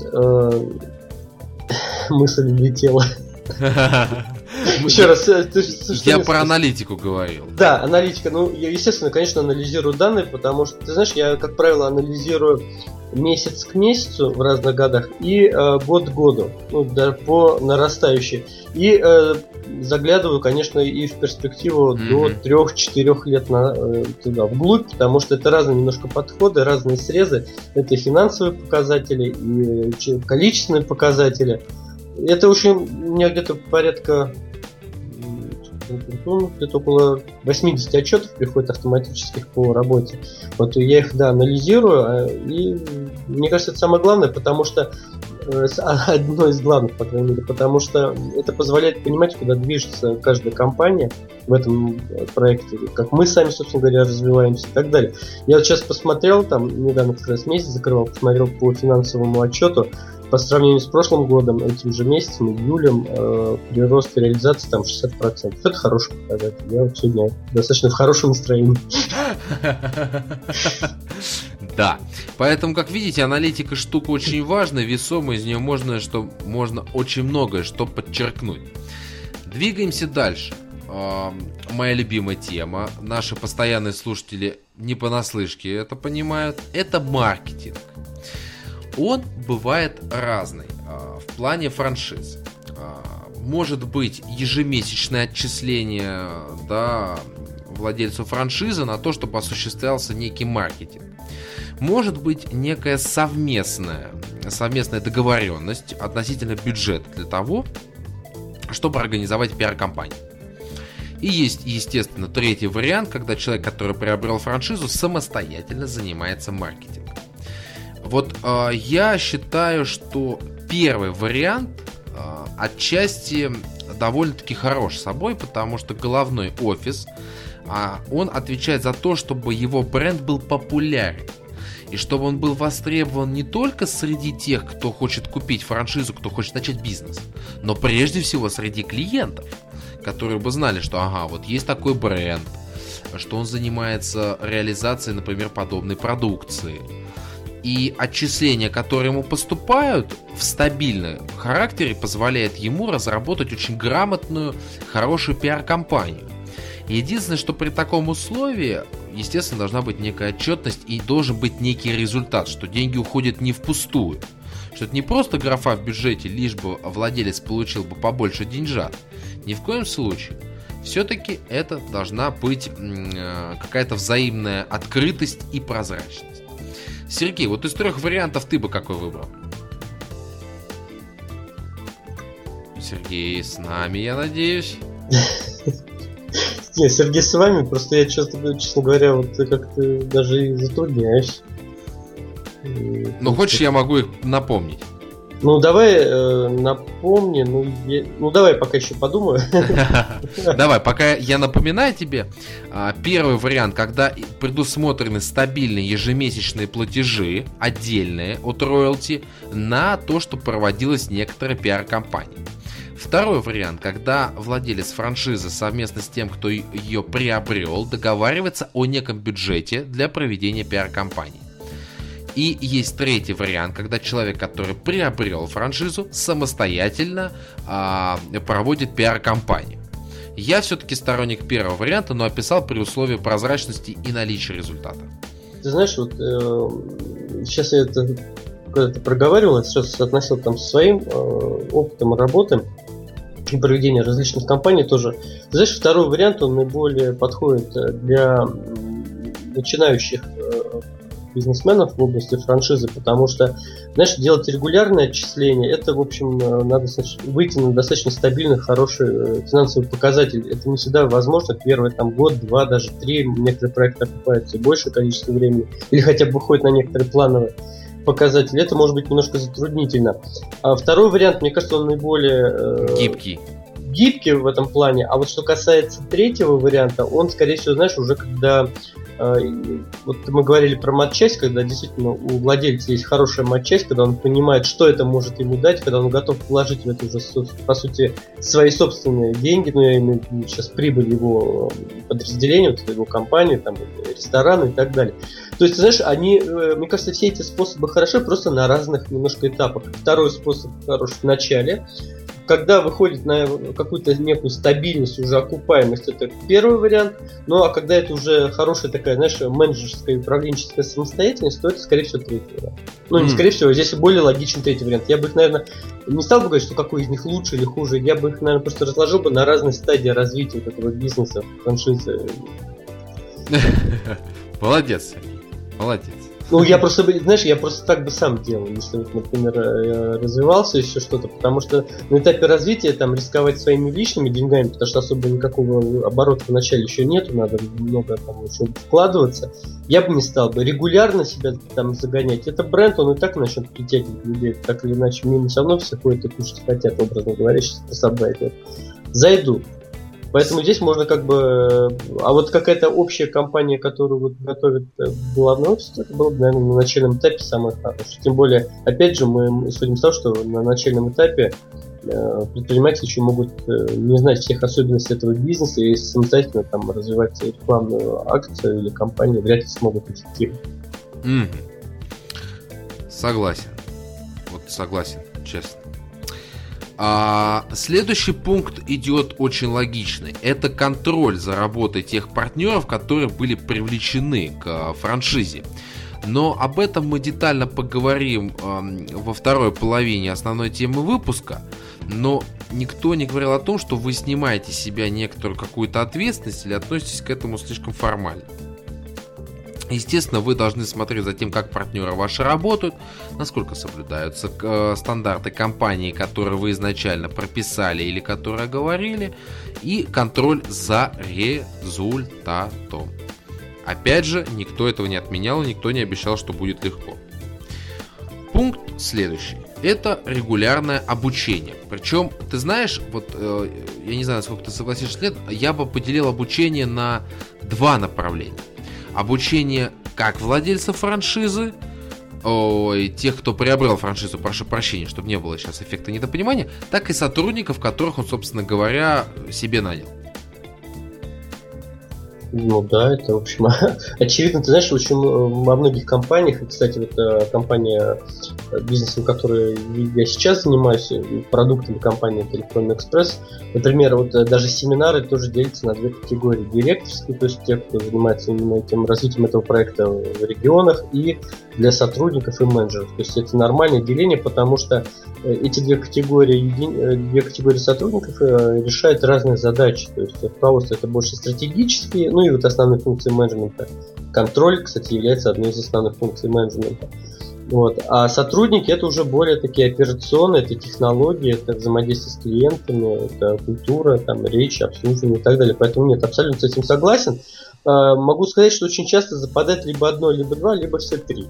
C: мысль летела. Еще раз, ты,
B: я про аналитику говорил.
C: Да, аналитика. Ну, я, естественно, конечно, анализирую данные, потому что, ты знаешь, я, как правило, анализирую месяц к месяцу в разных годах и э, год к году, ну, да, по нарастающей. И э, заглядываю, конечно, и в перспективу mm-hmm. до трех-четырех лет на, э, туда, вглубь, потому что это разные немножко подходы, разные срезы. Это финансовые показатели и количественные показатели. Это очень, у меня где-то порядка, ну, где-то около восемьдесят отчетов приходит автоматических по работе. Вот я их, да, анализирую, и мне кажется, это самое главное, потому что одно из главных, по крайней мере, потому что это позволяет понимать, куда движется каждая компания в этом проекте, как мы сами, собственно говоря, развиваемся и так далее. Я вот сейчас посмотрел, там, недавно как раз месяц закрывал, посмотрел по финансовому отчету. По сравнению с прошлым годом, этим же месяцем, июлем, э, прирост реализации там шестьдесят процентов. Это хороший показатель. Я вот сегодня достаточно в хорошем настроении.
B: Да. Поэтому, как видите, аналитика штука очень важная, весомая, из нее можно, что, можно очень многое что подчеркнуть. Двигаемся дальше. Э, моя любимая тема, наши постоянные слушатели не понаслышке это понимают, это маркетинг. Он бывает разный э, в плане франшиз. Э, может быть ежемесячное отчисление, да, владельцу франшизы на то, чтобы осуществлялся некий маркетинг. Может быть некая совместная, совместная договоренность относительно бюджета для того, чтобы организовать пиар-компанию. И есть, естественно, третий вариант, когда человек, который приобрел франшизу, самостоятельно занимается маркетингом. Вот э, я считаю, что первый вариант э, отчасти довольно-таки хорош собой, потому что головной офис, э, он отвечает за то, чтобы его бренд был популярен. И чтобы он был востребован не только среди тех, кто хочет купить франшизу, кто хочет начать бизнес, но прежде всего среди клиентов, которые бы знали, что ага, вот есть такой бренд, что он занимается реализацией, например, подобной продукции. И отчисления, которые ему поступают в стабильном характере, позволяет ему разработать очень грамотную, хорошую пиар-компанию. Единственное, что при таком условии, естественно, должна быть некая отчетность и должен быть некий результат, что деньги уходят не впустую. Что это не просто графа в бюджете, лишь бы владелец получил бы побольше деньжат. Ни в коем случае. Все-таки это должна быть какая-то взаимная открытость и прозрачность. Сергей, вот из трех вариантов ты бы какой выбрал? Сергей с нами, я надеюсь.
C: Нет, Сергей с вами, просто я часто, честно говоря, вот как-то даже и затрудняюсь.
B: Ну, хочешь, я могу их напомнить?
C: Ну, давай э, напомни, ну, я, ну, давай пока еще подумаю.
B: Давай, пока я напоминаю тебе. Первый вариант, когда предусмотрены стабильные ежемесячные платежи, отдельные от роялти, на то, что проводилась некоторая пиар-компания. Второй вариант, когда владелец франшизы совместно с тем, кто ее приобрел, договаривается о неком бюджете для проведения пиар-компании. И есть третий вариант, когда человек, который приобрел франшизу, самостоятельно а, проводит пиар-компанию. Я все-таки сторонник первого варианта, но описал при условии прозрачности и наличия результата.
C: Ты знаешь, вот э, сейчас я это когда-то проговаривал, сейчас относил там со своим э, опытом работы и проведения различных компаний тоже. Ты знаешь, второй вариант, он наиболее подходит для начинающих э, бизнесменов в области франшизы, потому что, знаешь, делать регулярное отчисление, это, в общем, надо выйти на достаточно стабильный, хороший финансовый показатель. Это не всегда возможно. Первый там год, два, даже три. Некоторые проекты окупаются большее количество времени. Или хотя бы выходят на некоторые плановые показатели. Это может быть немножко затруднительно. А второй вариант, мне кажется, он наиболее...
B: Гибкий.
C: гибкий в этом плане, а вот что касается третьего варианта, он, скорее всего, знаешь, уже когда вот мы говорили про матчасть, когда действительно у владельца есть хорошая матчасть, когда он понимает, что это может ему дать, когда он готов вложить в это уже, по сути, свои собственные деньги, ну, я имею в виду сейчас прибыль его подразделения, вот его компании, там, рестораны и так далее. То есть, знаешь, они, мне кажется, все эти способы хороши, просто на разных немножко этапах. Второй способ хорош в начале, когда выходит на какую-то некую стабильность, уже окупаемость, это первый вариант. Ну а когда это уже хорошая такая, знаешь, менеджерская и управленческая самостоятельность, то это, скорее всего, третий вариант. Ну, не скорее всего, здесь более логичен третий вариант. Я бы их, наверное, не стал бы говорить, что какой из них лучше или хуже. Я бы их, наверное, просто разложил бы на разные стадии развития вот этого бизнеса, франшизы.
B: Молодец, молодец.
C: Ну, я просто, знаешь, я просто так бы сам делал, если, вот, например, развивался еще что-то, потому что на этапе развития там рисковать своими личными деньгами, потому что особо никакого оборота вначале еще нету, надо много там еще вкладываться, я бы не стал бы регулярно себя там загонять. Это бренд, он и так начнет притягивать людей, так или иначе, мимо все равно все ходят и кушать хотят, образно говоря, сейчас по собаке. Зайду. Поэтому здесь можно как бы... А вот какая-то общая компания, которую вот готовит главный офис, это было бы, наверное, на начальном этапе самое хорошее. Тем более, опять же, мы исходим с того, что на начальном этапе предприниматели еще могут не знать всех особенностей этого бизнеса и самостоятельно там развивать рекламную акцию или компанию вряд ли смогут эффективно.
B: Mm-hmm. Согласен. Вот согласен, честно. А, следующий пункт идет очень логичный. Это контроль за работой тех партнеров, которые были привлечены к франшизе. Но об этом мы детально поговорим э, во второй половине основной темы выпуска. Но никто не говорил о том, что вы снимаете с себя некоторую какую-то ответственность или относитесь к этому слишком формально. Естественно, вы должны смотреть за тем, как партнеры ваши работают, насколько соблюдаются э, стандарты компании, которые вы изначально прописали или которые оговорили, и контроль за результатом. Опять же, никто этого не отменял, и никто не обещал, что будет легко. Пункт следующий. Это регулярное обучение. Причем, ты знаешь, вот э, я не знаю, насколько ты согласишься, нет, я бы поделил обучение на два направления. Обучение как владельцев франшизы, ой, тех, кто приобрел франшизу, прошу прощения, чтобы не было сейчас эффекта недопонимания, так и сотрудников, которых он, собственно говоря, себе нанял.
C: Ну да, это, в общем, очевидно. Ты знаешь, в общем, во многих компаниях, и, кстати, вот компания, бизнесом, которой я сейчас занимаюсь, продуктами компании это Электронный Экспресс, например, вот даже семинары тоже делятся на две категории. Директорские, то есть те, кто занимается именно этим развитием этого проекта в регионах, и для сотрудников и менеджеров. То есть это нормальное деление, потому что эти две категории, две категории сотрудников решают разные задачи. То есть руководство это больше стратегические, ну и вот основные функции менеджмента. Контроль, кстати, является одной из основных функций менеджмента. Вот. А сотрудники это уже более такие операционные, это технологии, это взаимодействие с клиентами, это культура, там, речь, обслуживание и так далее. Поэтому нет, абсолютно с этим согласен. А, могу сказать, что очень часто западает либо одно, либо два, либо все три.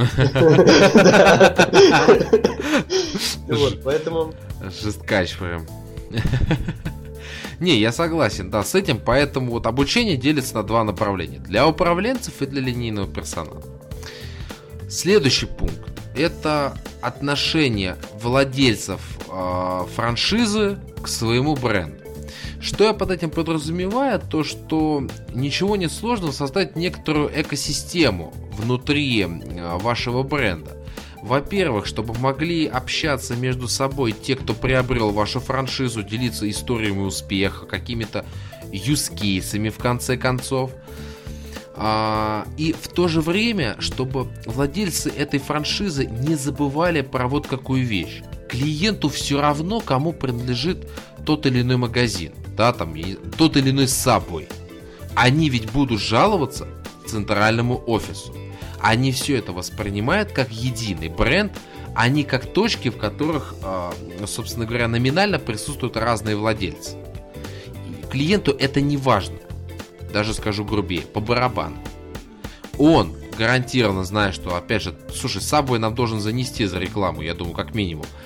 C: Вот, поэтому...
B: Жесткач прям. Не, я согласен, да, с этим, поэтому вот обучение делится на два направления. Для управленцев и для линейного персонала. Следующий пункт – это отношение владельцев э, франшизы к своему бренду. Что я под этим подразумеваю? То, что ничего не сложно создать некоторую экосистему внутри э, вашего бренда. Во-первых, чтобы могли общаться между собой те, кто приобрел вашу франшизу, делиться историями успеха, какими-то юзкейсами в конце концов. А, и в то же время, чтобы владельцы этой франшизы не забывали про вот какую вещь. Клиенту все равно, кому принадлежит тот или иной магазин, да, там, и тот или иной Subway. Они ведь будут жаловаться центральному офису. Они все это воспринимают как единый бренд, а не как точки, в которых, собственно говоря, номинально присутствуют разные владельцы. И клиенту это не важно. Даже скажу грубее, по барабану. Он гарантированно знает, что, опять же, слушай, Subway нам должен занести за рекламу, я думаю, как минимум.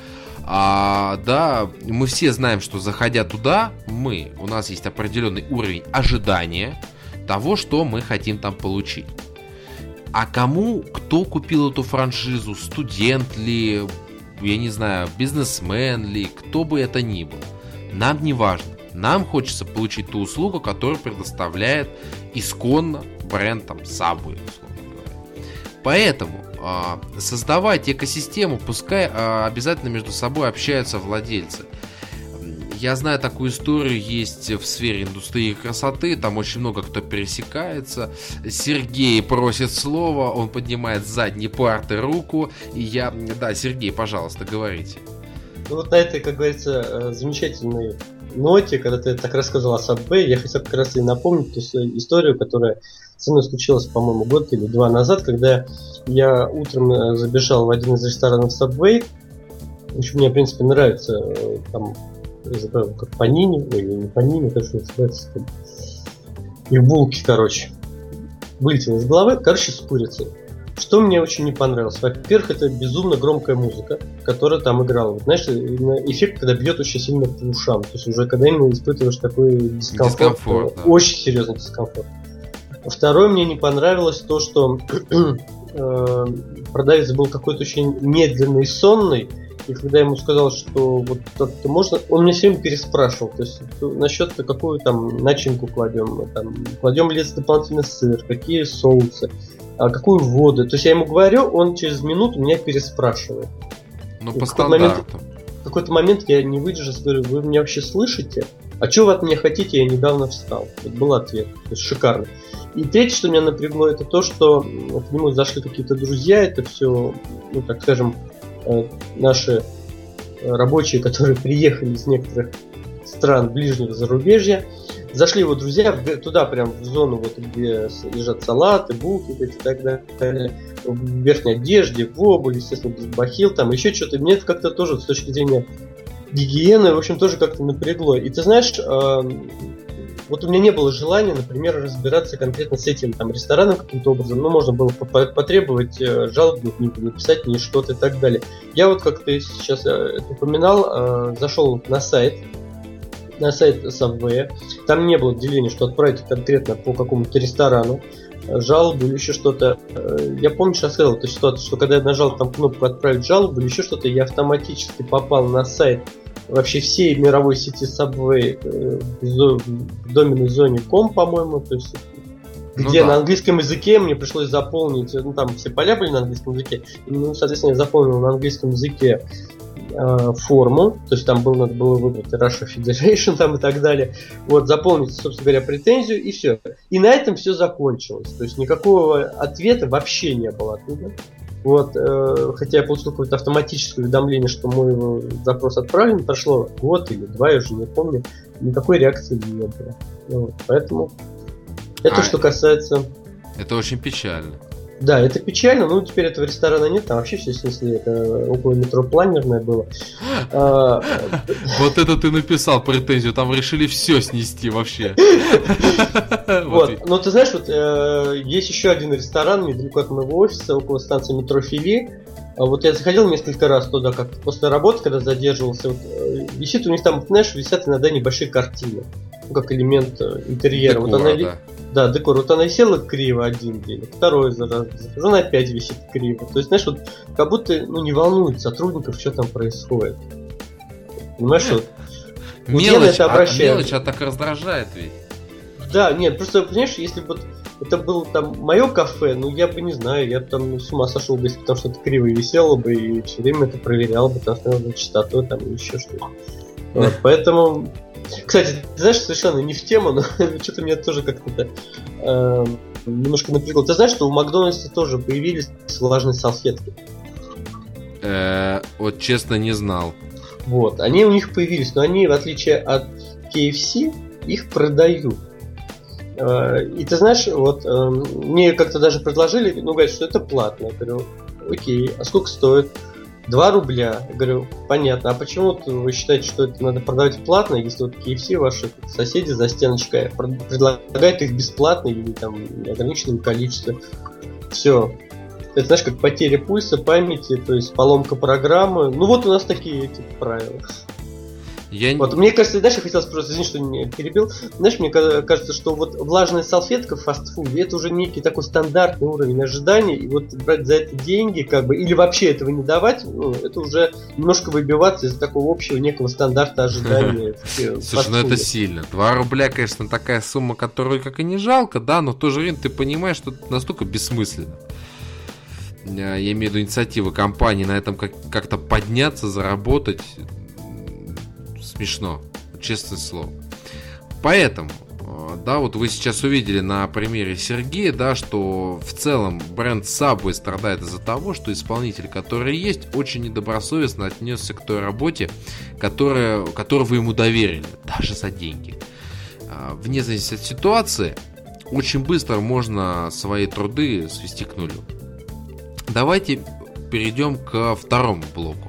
B: А, да, мы все знаем, что заходя туда, мы, у нас есть определенный уровень ожидания того, что мы хотим там получить. А кому, кто купил эту франшизу, студент ли, я не знаю, бизнесмен ли, кто бы это ни был, нам не важно. Нам хочется получить ту услугу, которую предоставляет исконно бренд там Subway, условно говоря. Поэтому э, создавать экосистему, пускай э, обязательно между собой общаются владельцы. Я знаю такую историю, есть в сфере индустрии красоты, там очень много кто пересекается. Сергей просит слова, он поднимает с задней парты руку, и я... Да, Сергей, пожалуйста, говорите.
C: Ну вот на этой, как говорится, замечательной ноте, когда ты так рассказал о Subway, я хотел как раз и напомнить ту историю, которая со мной случилась, по-моему, год или два назад, когда я утром забежал в один из ресторанов Subway. В общем, мне, в принципе, нравится там... Я забыл, как панини, или не панини, как это называется, и булки, короче. Вылетело из головы, короче, с курицей. Что мне очень не понравилось? Во-первых, это безумно громкая музыка, которая там играла. Вот, знаешь, эффект, когда бьет очень сильно по ушам. То есть уже когда именно испытываешь такой дискомфорт, дискомфорт да. Очень серьезный дискомфорт. Второе, мне не понравилось то, что э, продавец был какой-то очень медленный и сонный. И когда я ему сказал, что вот так-то можно, он мне все время переспрашивал. То есть насчет какую там начинку кладем, там, кладем ли дополнительный сыр, какие соусы, а какую воду. То есть я ему говорю, он через минуту меня переспрашивает.
B: Ну, по стандарту.
C: В какой-то момент я не выдержал, говорю, вы меня вообще слышите? А что вы от меня хотите? Я недавно встал. Вот был ответ. То есть шикарно. И третье, что меня напрягло, это то, что к нему зашли какие-то друзья. Это все, ну так скажем, наши рабочие, которые приехали из некоторых стран ближнего зарубежья, зашли его друзья туда, прям в зону, вот, где лежат салаты, булки и так далее, в верхней одежде, в обуви, естественно, без бахил, там еще что-то. Мне это как-то тоже с точки зрения гигиены, в общем, тоже как-то напрягло. И ты знаешь, вот у меня не было желания, например, разбираться конкретно с этим там рестораном каким-то образом. Ну, можно было потребовать жалобную книгу, написать мне что-то и так далее. Я вот, как ты сейчас упоминал, зашел на сайт, на сайт Subway. Там не было деления, что отправить конкретно по какому-то ресторану жалобу или еще что-то. Я помню, что я сказал эту ситуацию, что когда я нажал там кнопку «Отправить жалобу» или еще что-то, я автоматически попал на сайт вообще всей мировой сети Subway в доменной зоне ком, по-моему, то есть ну где да. На английском языке мне пришлось заполнить, ну там все поля были на английском языке, и, ну, соответственно, я заполнил на английском языке э, форму, то есть там было, надо было выбрать Russia Federation там и так далее, вот, заполнить, собственно говоря, претензию, и все. И на этом все закончилось, то есть никакого ответа вообще не было оттуда. Вот, э, хотя я получил какое-то автоматическое уведомление, что мой запрос отправлен, прошло год или два, я уже не помню, никакой реакции не было. Вот, поэтому это а, что касается...
B: Это очень печально.
C: Да, это печально, но теперь этого ресторана нет, там вообще все, в смысле, это около метро Планерное было.
B: Вот это ты написал претензию, там решили все снести вообще.
C: Вот, но ты знаешь, вот есть еще один ресторан недалеко от моего офиса, около станции метро Фили. Вот я заходил несколько раз туда, как после работы, когда задерживался. Вот, висит у них там, знаешь, висят иногда небольшие картины, ну, как элемент интерьера.
B: Декора,
C: вот она,
B: да.
C: Да, декор. Вот она висела криво один день, второй раз захожу, она опять висит криво. То есть, знаешь, вот как будто ну, не волнует сотрудников, что там происходит. Понимаешь, вот.
B: Мелочь, вот а, мелочь, а так раздражает ведь.
C: Да, нет, просто, понимаешь, если бы вот это было там мое кафе, ну я бы не знаю, я бы там с ума сошел бы, если бы там что-то криво висело бы и все время это проверял бы, там смотрел чистоту там или еще что-то. Вот, поэтому, кстати, ты знаешь, совершенно не в тему, но что-то меня тоже как-то э, немножко напрягло. Ты знаешь, что у Макдональдса тоже появились влажные салфетки?
B: Э, вот честно не знал.
C: Вот, они у них появились, но они, в отличие от кей эф си, их продают. И ты знаешь, вот мне как-то даже предложили, ну, говорят, что это платно. Я говорю, окей, а сколько стоит? два рубля. Я говорю, понятно, а почему вы считаете, что это надо продавать платно, если вот кей эф си ваши соседи за стеночкой предлагают их бесплатно или там неограниченном количестве? Все. Это, знаешь, как потеря пульса, памяти, то есть поломка программы. Ну вот у нас такие эти правила. Я... Вот, мне кажется, знаешь, я хотел просто, извини, что не перебил. Знаешь, мне кажется, что вот влажная салфетка в фастфуде — это уже некий такой стандартный уровень ожиданий, и вот брать за это деньги, как бы, или вообще этого не давать, ну, это уже немножко выбиваться из такого общего некого стандарта ожидания.
B: Слушай, ну это сильно. Два рубля, конечно, такая сумма, которую как и не жалко, да, но в то же время ты понимаешь, что это настолько бессмысленно. Я имею в виду инициативы компании на этом как- как-то подняться, заработать. Смешно, честное слово. Поэтому, да, вот вы сейчас увидели на примере Сергея, да, что в целом бренд Subway страдает из-за того, что исполнитель, который есть, очень недобросовестно отнесся к той работе, которая, которую вы ему доверили, даже за деньги. Вне зависимости от ситуации, очень быстро можно свои труды свести к нулю. Давайте перейдем ко второму блоку.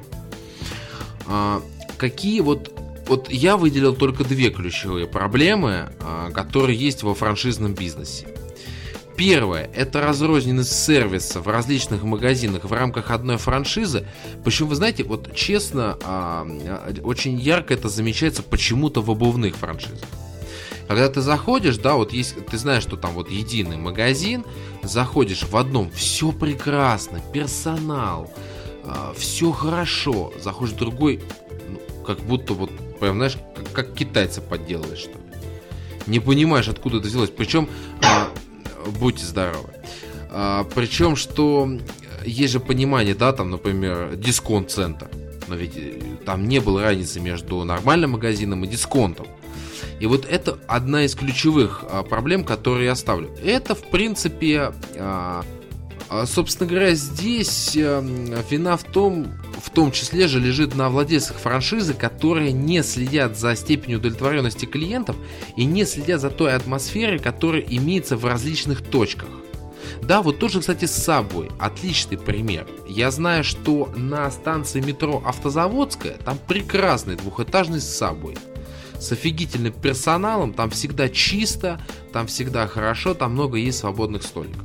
B: Какие вот Вот я выделил только две ключевые проблемы, которые есть во франшизном бизнесе. Первое – это разрозненность сервиса в различных магазинах в рамках одной франшизы. Причем, вы знаете, вот честно, очень ярко это замечается почему-то в обувных франшизах. Когда ты заходишь, да, вот есть, ты знаешь, что там вот единый магазин, заходишь в одном, все прекрасно, персонал, все хорошо, заходишь в другой, ну, как будто вот прям, знаешь, как, как китайца подделываешь, что ли. Не понимаешь, откуда это взялось. Причем, а, будьте здоровы. А, причем, что есть же понимание, да, там, например, дисконт-центр. Но ведь там не было разницы между нормальным магазином и дисконтом. И вот это одна из ключевых а, проблем, которые я ставлю. Это, в принципе, а, а, собственно говоря, здесь а, вина в том, в том числе же лежит на владельцах франшизы, которые не следят за степенью удовлетворенности клиентов и не следят за той атмосферой, которая имеется в различных точках. Да, вот тоже, кстати, Subway, отличный пример. Я знаю, что на станции метро Автозаводская там прекрасный двухэтажный Subway с офигительным персоналом, там всегда чисто, там всегда хорошо, там много есть свободных столиков.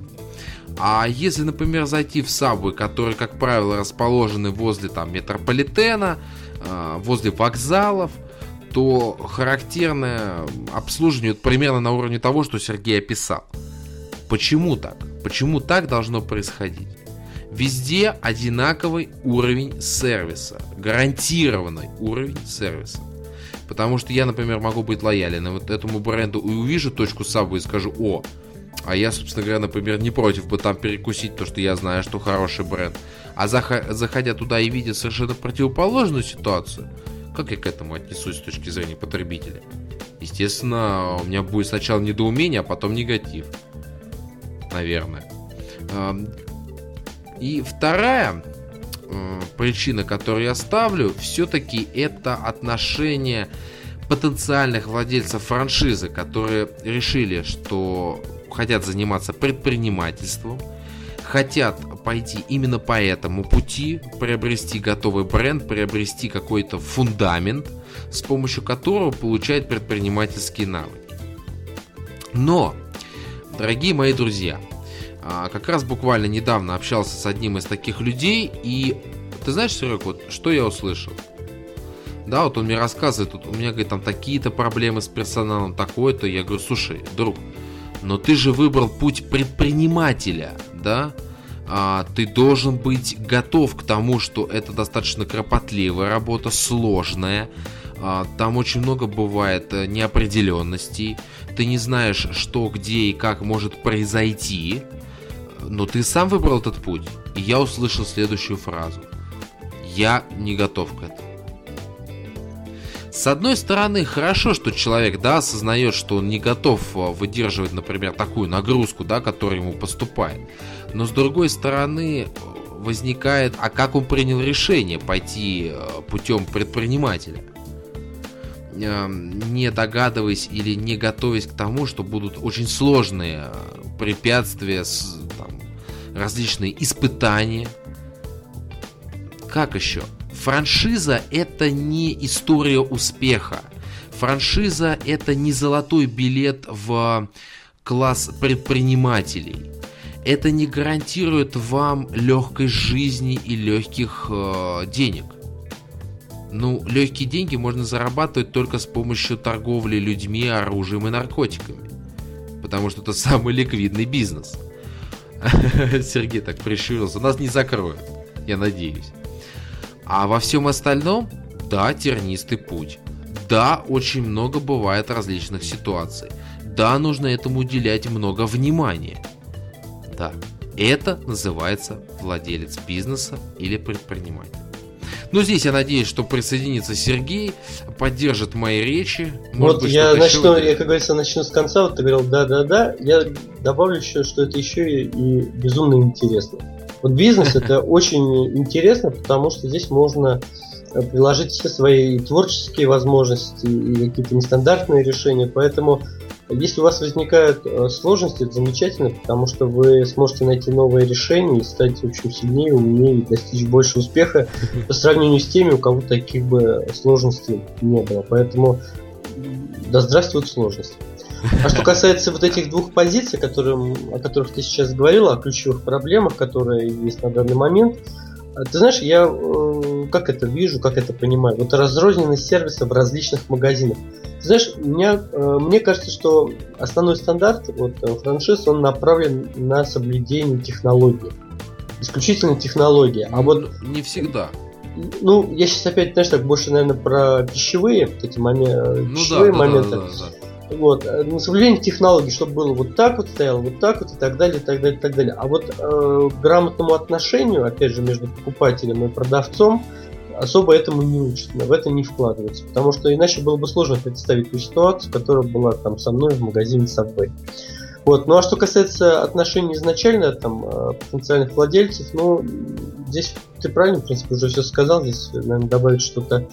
B: А если, например, зайти в Subway, которые, как правило, расположены возле там метрополитена, возле вокзалов, то характерное обслуживание примерно на уровне того, что Сергей описал. Почему так? Почему так должно происходить? Везде одинаковый уровень сервиса, гарантированный уровень сервиса. Потому что я, например, могу быть лоялен вот этому бренду и увижу точку Subway и скажу: о, а я, собственно говоря, например, не против бы там перекусить, потому что я знаю, что хороший бренд. А заходя туда и видя совершенно противоположную ситуацию, как я к этому отнесусь с точки зрения потребителя? Естественно, у меня будет сначала недоумение, а потом негатив. Наверное. И вторая причина, которую я ставлю, все-таки это отношение потенциальных владельцев франшизы, которые решили, что хотят заниматься предпринимательством, хотят пойти именно по этому пути, приобрести готовый бренд, приобрести какой-то фундамент, с помощью которого получают предпринимательские навыки. Но, дорогие мои друзья, как раз буквально недавно общался с одним из таких людей, и ты знаешь, Серег, вот что я услышал? Да, вот он мне рассказывает, тут у меня, говорит, там такие-то проблемы с персоналом, такое-то. Я говорю: слушай, друг, но ты же выбрал путь предпринимателя, да? А, ты должен быть готов к тому, что это достаточно кропотливая работа, сложная. А, там очень много бывает неопределенностей. Ты не знаешь, что, где и как может произойти. Но ты сам выбрал этот путь. И я услышал следующую фразу: я не готов к этому. С одной стороны, хорошо, что человек, да, осознает, что он не готов выдерживать, например, такую нагрузку, да, которая ему поступает. Но с другой стороны, возникает: а как он принял решение пойти путем предпринимателя, не догадываясь или не готовясь к тому, что будут очень сложные препятствия, там, различные испытания. Как еще? Франшиза – это не история успеха. Франшиза – это не золотой билет в класс предпринимателей. это не гарантирует вам легкой жизни и легких э, денег. Ну, легкие деньги можно зарабатывать только с помощью торговли людьми, оружием и наркотиками. Потому что это самый ликвидный бизнес. Сергей так прищурился. Нас не закроют, я надеюсь. А во всем остальном, да, тернистый путь. Да, очень много бывает различных ситуаций. Да, нужно этому уделять много внимания. Да, это называется владелец бизнеса или предприниматель. Но здесь я надеюсь, что присоединится Сергей, поддержит мои речи.
C: Вот быть, я начну, я, как говорится, начну с конца. Вот ты говорил, да-да-да. Я добавлю еще, что это еще и, и безумно интересно. Вот бизнес это очень интересно, потому что здесь можно приложить все свои творческие возможности и какие-то нестандартные решения. Поэтому, если у вас возникают сложности, это замечательно, потому что вы сможете найти новые решения и стать, в общем, сильнее, умнее и достичь больше успеха по сравнению с теми, у кого таких бы сложностей не было. Поэтому да здравствуют сложности. А что касается вот этих двух позиций, которые, о которых ты сейчас говорил, о ключевых проблемах, которые есть на данный момент, ты знаешь, я как это вижу, как это понимаю, вот разрозненность сервиса в различных магазинах. Ты знаешь, меня, мне кажется, что основной стандарт вот, франшиз, он направлен на соблюдение технологий. Исключительно технологии. А вот
B: не всегда.
C: Ну, я сейчас опять, знаешь, так больше, наверное, про пищевые, эти моменты, ну, пищевые да, моменты. Да, да, да, да. Вот, на соблюдение технологий, чтобы было вот так вот стояло, вот так вот и так далее, и так далее, и так далее. А вот э, грамотному отношению, опять же, между покупателем и продавцом особо этому не учат, в это не вкладывается, потому что иначе было бы сложно представить ту ситуацию, которая была там со мной в магазине Subway. Вот. Ну а что касается отношений изначально там потенциальных владельцев, ну здесь ты правильно, в принципе, уже все сказал, здесь, наверное, добавить что-то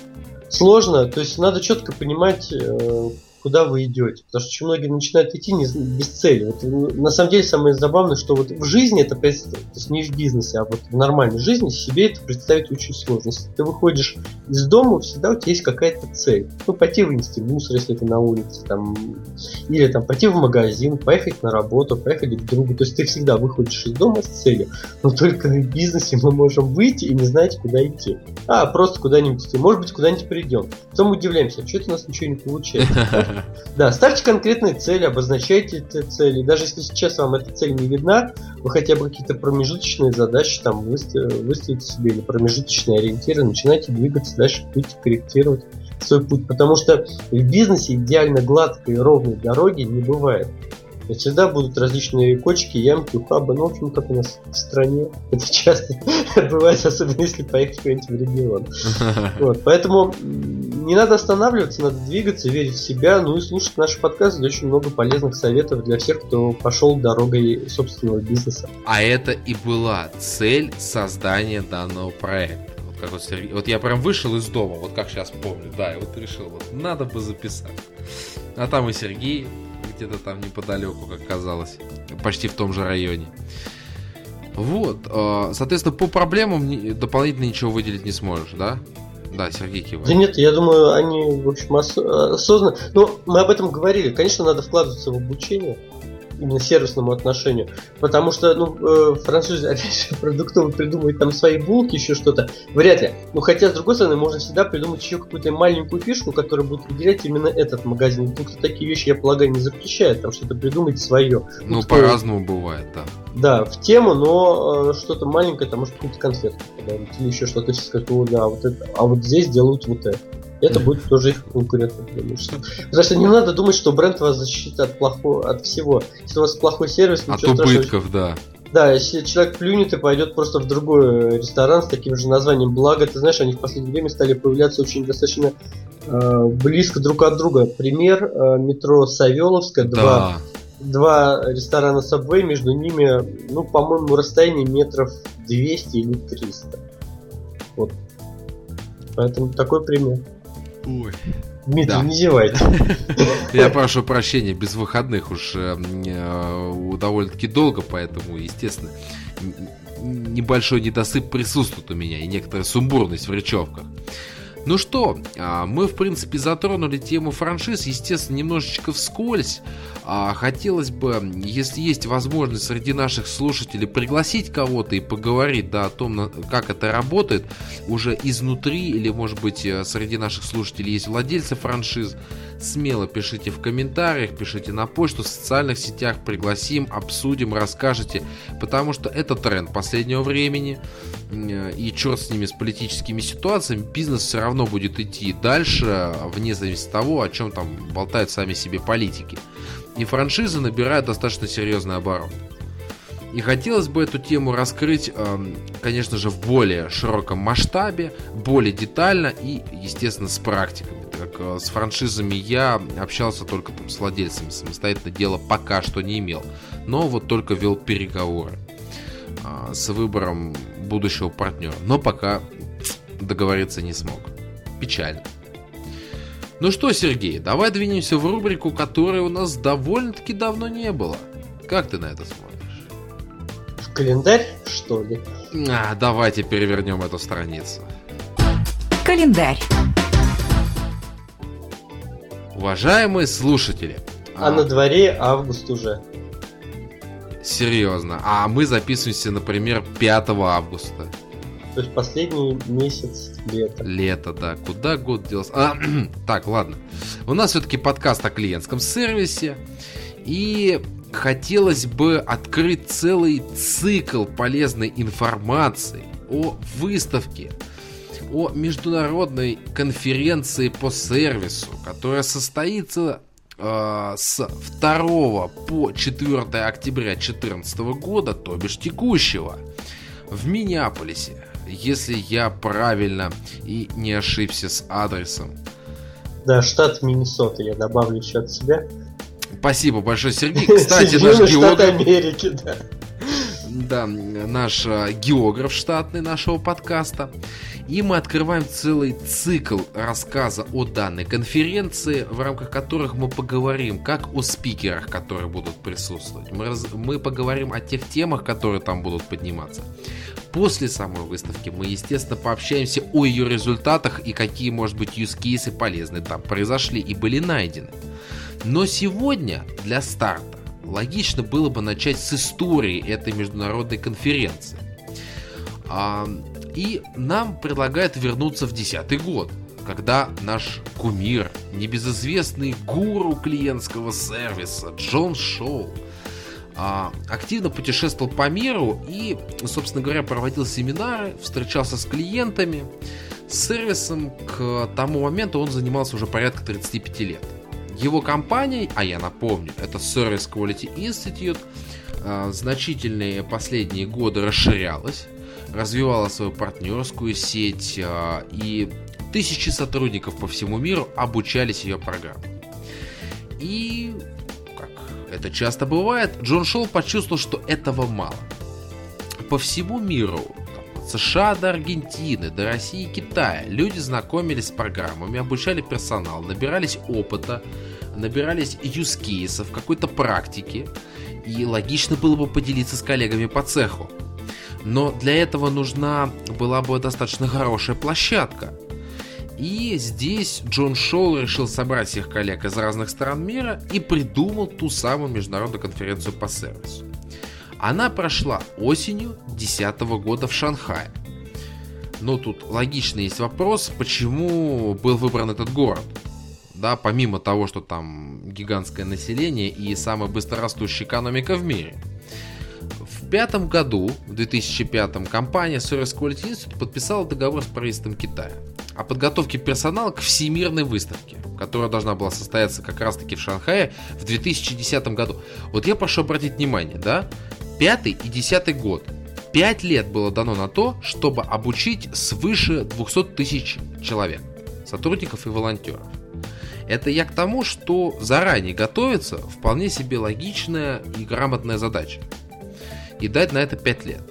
C: сложно, то есть надо четко понимать, куда вы идете. Потому что очень многие начинают идти не, без цели. Вот, на самом деле самое забавное, что вот в жизни это представить, то есть не в бизнесе, а вот в нормальной жизни себе это представить очень сложно. Если ты выходишь из дома, всегда у тебя есть какая-то цель. Ну, пойти вынести мусор, если ты на улице, там, или там пойти в магазин, поехать на работу, поехать к другу. То есть ты всегда выходишь из дома с целью. Но только в бизнесе мы можем выйти и не знать, куда идти. А, просто куда-нибудь идти. Может быть, куда-нибудь придем. Потом удивляемся, что это у нас ничего не получается. Да, ставьте конкретные цели, обозначайте эти цели. Даже если сейчас вам эта цель не видна, вы хотя бы какие-то промежуточные задачи там выставите себе или промежуточные ориентиры, начинайте двигаться дальше, путь корректировать свой путь. Потому что в бизнесе идеально гладкой и ровной дороги не бывает. И всегда будут различные кочки, ямки, ухабы. Ну, в общем, как у нас в стране это часто бывает, особенно если поехать куда-нибудь в регион. Вот, поэтому не надо останавливаться, надо двигаться, верить в себя, ну и слушать наши подкасты, где очень много полезных советов для всех, кто пошел дорогой собственного бизнеса.
B: А это и была цель создания данного проекта. Вот, как вот, Сергей, вот я прям вышел из дома, вот как сейчас помню, да, и вот решил, вот, надо бы записать. А там и Сергей где-то там неподалеку, как казалось, почти в том же районе. Вот, соответственно, по проблемам дополнительно ничего выделить не сможешь, да? Да, Сергей кивает.
C: Да нет, я думаю, они, в общем, осознанно. Но мы об этом говорили. Конечно, надо вкладываться в обучение, именно сервисному отношению. Потому что, ну, франшизы, опять же, продуктовые придумывают там свои булки, еще что-то. Вряд ли. Ну, хотя, с другой стороны, можно всегда придумать еще какую-то маленькую фишку, которая будет выделять именно этот магазин. Потому что такие вещи, я полагаю, не запрещают, там что-то придумать свое.
B: Ну,
C: вот
B: по-разному кто... бывает, да.
C: Да, в тему, но э, что-то маленькое, там, может, какую-то конфетку подарить, или еще что-то, скажут, о, да, вот это, а вот здесь делают вот это. Это будет тоже их конкурентное преимущество. Потому что не надо думать, что бренд вас защитит от плохого, от всего. Если у вас плохой сервис,
B: ничего страшного. От убытков, да.
C: Да, если человек плюнет и пойдет просто в другой ресторан с таким же названием, благо, ты знаешь, они в последнее время стали появляться очень достаточно э, близко друг от друга. Пример, э, метро Савеловская, да. два, два ресторана Subway, между ними, ну, по-моему, расстояние метров двести или триста. Вот. Поэтому такой пример.
B: Ой.
C: Дмитрий, да. Не зевайте.
B: Я прошу прощения, без выходных уж э, э, довольно-таки долго, поэтому, естественно, небольшой недосып присутствует у меня и некоторая сумбурность в речевках. Ну что, мы, в принципе, затронули тему франшиз, естественно, немножечко вскользь. Хотелось бы, если есть возможность среди наших слушателей, пригласить кого-то и поговорить, да, о том, как это работает уже изнутри, или, может быть, среди наших слушателей есть владельцы франшиз. Смело пишите в комментариях, пишите на почту, в социальных сетях, пригласим, обсудим, расскажете, потому что это тренд последнего времени, и черт с ними, с политическими ситуациями, бизнес все равно будет идти дальше, вне зависимости от того, о чем там болтают сами себе политики. И франшизы набирают достаточно серьезный оборот. И хотелось бы эту тему раскрыть, конечно же, в более широком масштабе, более детально и, естественно, с практиками. Так как с франшизами я общался только там с владельцами, самостоятельно дела пока что не имел. Но вот только вел переговоры с выбором будущего партнера. Но пока договориться не смог. Печально. Ну что, Сергей, давай двинемся в рубрику, которой у нас довольно-таки давно не было. Как ты на это смотришь?
C: В календарь, что ли?
B: А, давайте перевернем эту страницу.
A: Календарь.
B: Уважаемые слушатели.
C: А, а на дворе август уже.
B: Серьезно. А мы записываемся, например, пятого августа.
C: То есть последний месяц лета.
B: Лето, да. Куда год делся? А, так, ладно. У нас все-таки подкаст о клиентском сервисе. И хотелось бы открыть целый цикл полезной информации о выставке, о международной конференции по сервису, которая состоится э, с второго по четвёртое октября две тысячи четырнадцатого года, то бишь текущего, в Миннеаполисе, если я правильно и не ошибся с адресом.
C: Да, штат Миннесота, я добавлю еще от себя.
B: Спасибо большое, Сергей. Кстати, наш
C: штат
B: географ...
C: Америки, да.
B: Да, наш географ штатный нашего подкаста. И мы открываем целый цикл рассказа о данной конференции, в рамках которых мы поговорим как о спикерах, которые будут присутствовать. Мы, раз... мы поговорим о тех темах, которые там будут подниматься. После самой выставки мы, естественно, пообщаемся о ее результатах и какие, может быть, юзкейсы полезные там произошли и были найдены. Но сегодня для старта логично было бы начать с истории этой международной конференции. А, и нам предлагают вернуться в десятый год, когда наш кумир, небезызвестный гуру клиентского сервиса Джон Шоу, а, активно путешествовал по миру и, собственно говоря, проводил семинары, встречался с клиентами. С сервисом к тому моменту он занимался уже порядка тридцати пяти лет. Его компания, а я напомню, это Service Quality Institute, значительные последние годы расширялась, развивала свою партнерскую сеть, и тысячи сотрудников по всему миру обучались ее программам. И, как это часто бывает, Джон Шоу почувствовал, что этого мало. По всему миру, от США до Аргентины, до России и Китая, люди знакомились с программами, обучали персонал, набирались опыта, набирались юзкейсов, какой-то практики, и логично было бы поделиться с коллегами по цеху. Но для этого нужна была бы достаточно хорошая площадка. И здесь Джон Шоу решил собрать всех коллег из разных стран мира и придумал ту самую международную конференцию по сервису. Она прошла осенью две тысячи десятого года в Шанхае. Но тут логично есть вопрос, почему был выбран этот город. Да, помимо того, что там гигантское население и самая быстрорастущая экономика в мире. В пятом году, в две тысячи пятом, компания Service Quality Institute подписала договор с правительством Китая о подготовке персонала к всемирной выставке, которая должна была состояться как раз-таки в Шанхае в две тысячи десятом году. Вот я прошу обратить внимание, да, пятый и десятый год. Пять лет было дано на то, чтобы обучить свыше двухсот тысяч человек, сотрудников и волонтеров. Это я к тому, что заранее готовиться вполне себе логичная и грамотная задача. И дать на это пять лет.